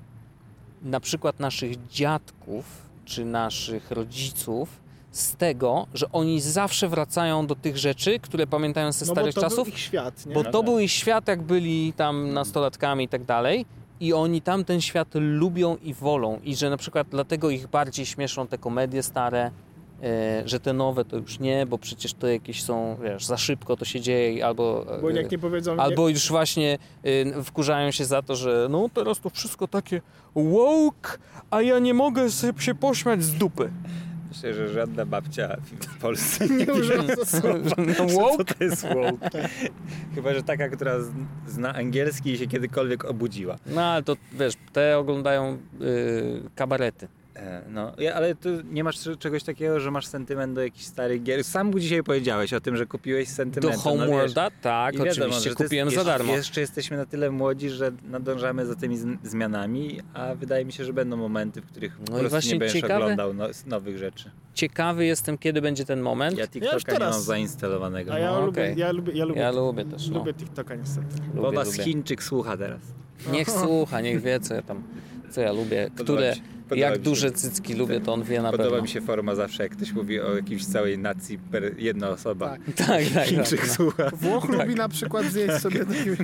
na przykład naszych dziadków, czy naszych rodziców z tego, że oni zawsze wracają do tych rzeczy, które pamiętają ze no starych bo to czasów? był ich świat, nie? Bo No to tak. był ich świat, jak byli tam nastolatkami i tak dalej. I oni tamten świat lubią i wolą. I że na przykład dlatego ich bardziej śmieszą te komedie stare, e, że te nowe to już nie, bo przecież to jakieś są, wiesz, za szybko to się dzieje, albo, Bo e, jak nie powiedzą... albo już właśnie e, wkurzają się za to, że no teraz to wszystko takie woke, a ja nie mogę sobie się pośmiać z dupy. Myślę, że żadna babcia w Polsce Nie, nie nie wie, używa to słowa. No, co woke? to jest woke. Chyba, że taka, która z- zna angielski i się kiedykolwiek obudziła. No ale to wiesz, te oglądają y, kabarety. E, No, ja, ale tu nie masz c- czegoś takiego, że masz sentyment do jakichś starych gier. Sam dzisiaj powiedziałeś o tym, że kupiłeś Do sentyment. Homeworlda? Tak, I wiadomo, oczywiście, że to jest- kupiłem za jeszcze- darmo. Jeszcze jesteśmy na tyle młodzi, że nadążamy za tymi z- zmianami, a wydaje mi się, że będą momenty, w których No po i prostu właśnie nie będziesz ciekawe- oglądał no, z nowych rzeczy. Ciekawy jestem, kiedy będzie ten moment. Ja już TikToka nie teraz- mam zainstalowanego. A ja, No, lubię, okej. ja lubię, ja lubię, Ja lubię też, no. lubię TikToka niestety. Lubię, Bo was lubię. Chińczyk słucha teraz. Niech słucha, niech wie, co ja tam, co ja lubię. Podoba Które, mi się- podoba jak mi się- duże cycki lubię, to on wie na Podoba pewno. mi się forma zawsze, jak ktoś mówi o jakiejś całej nacji per jedna osoba. Tak. Tak, tak, tak. Chińczyk no. słucha. Włoch lubi na przykład zjeść sobie...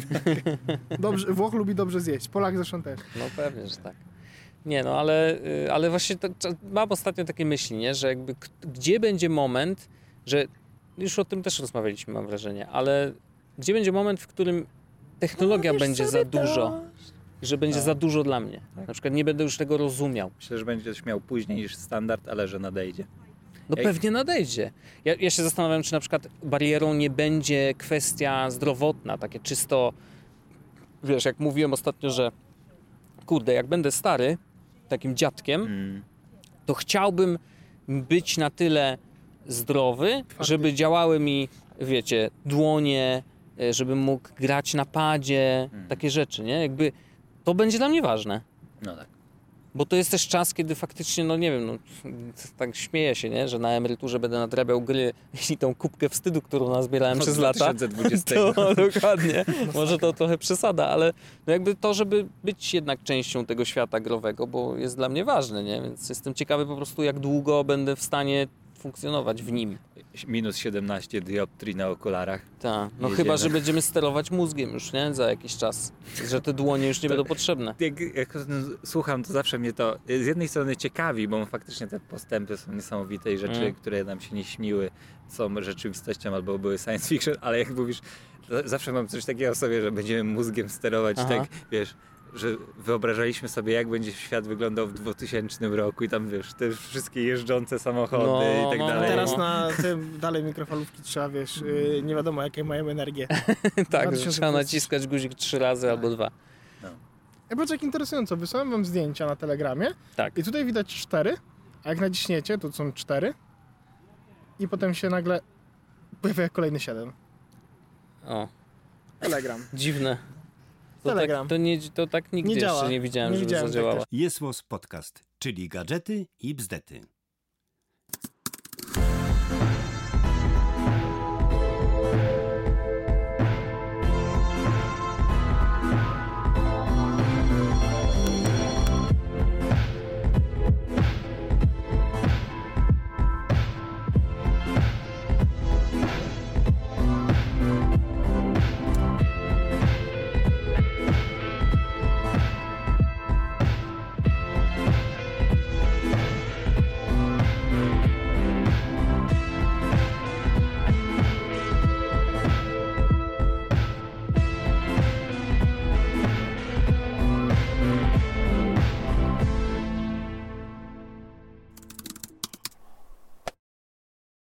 Dobrze, Włoch lubi dobrze zjeść, Polak zresztą też. No pewnie, że tak. Nie no, ale, y, ale właśnie to, to, mam ostatnio takie myśli, nie? Że jakby k- gdzie będzie moment, że już o tym też rozmawialiśmy, mam wrażenie, ale gdzie będzie moment, w którym technologia będzie za dużo i że będzie Tak. za dużo dla mnie. Na przykład nie będę już tego rozumiał. Myślę, że będziesz miał później niż standard, ale że nadejdzie. No Jak- pewnie nadejdzie. Ja, ja się zastanawiam, czy na przykład barierą nie będzie kwestia zdrowotna, takie czysto, wiesz, jak mówiłem ostatnio, że kurde, jak będę stary, takim dziadkiem, Mm. to chciałbym być na tyle zdrowy, żeby działały mi, wiecie, dłonie, e, żebym mógł grać na padzie, Mm. takie rzeczy, nie? Jakby to będzie dla mnie ważne. No tak. Bo to jest też czas, kiedy faktycznie, no nie wiem, no, tak śmieję się, nie? Że na emeryturze będę nadrabiał gry i tą kubkę wstydu, którą nazbierałem Od przez lata. dwa tysiące dwudziestego. To, dokładnie. Może to trochę przesada, ale no jakby to, żeby być jednak częścią tego świata growego, bo jest dla mnie ważne, nie? Więc jestem ciekawy po prostu, jak długo będę w stanie funkcjonować w nim. Minus siedemnaście dioptrii na okularach. Tak. No Jedziemy. chyba, że będziemy sterować mózgiem już, nie? Za jakiś czas. Że te dłonie już nie To- będą potrzebne. Jak, jak o tym słucham, to zawsze mnie to z jednej strony ciekawi, bo faktycznie te postępy są niesamowite i rzeczy, Mm. które nam się nie śniły, są rzeczywistością albo były science fiction, ale jak mówisz, to zawsze mam coś takiego w sobie, że będziemy mózgiem sterować, Aha. tak, wiesz, że wyobrażaliśmy sobie, jak będzie świat wyglądał w dwutysięcznym roku i tam, wiesz, te wszystkie jeżdżące samochody No, i tak no, dalej. Teraz no. na tym dalej mikrofalówki trzeba, wiesz, yy, nie wiadomo jakie mają energię. Tak, że dwa tysiące trzeba plus. naciskać guzik trzy razy albo dwa. Ja patrz jak interesująco, wysłałem wam zdjęcia na Telegramie Tak. i tutaj widać cztery, a jak naciśniecie, to są cztery i potem się nagle pojawia kolejny siedem. O, Telegram. dziwne. To Telegram. tak, to, nie, to tak nigdy Nie działa. jeszcze nie widziałem, Nie żeby widziałem tak zadziałało. też. Jest podcast, czyli gadżety i bzdety.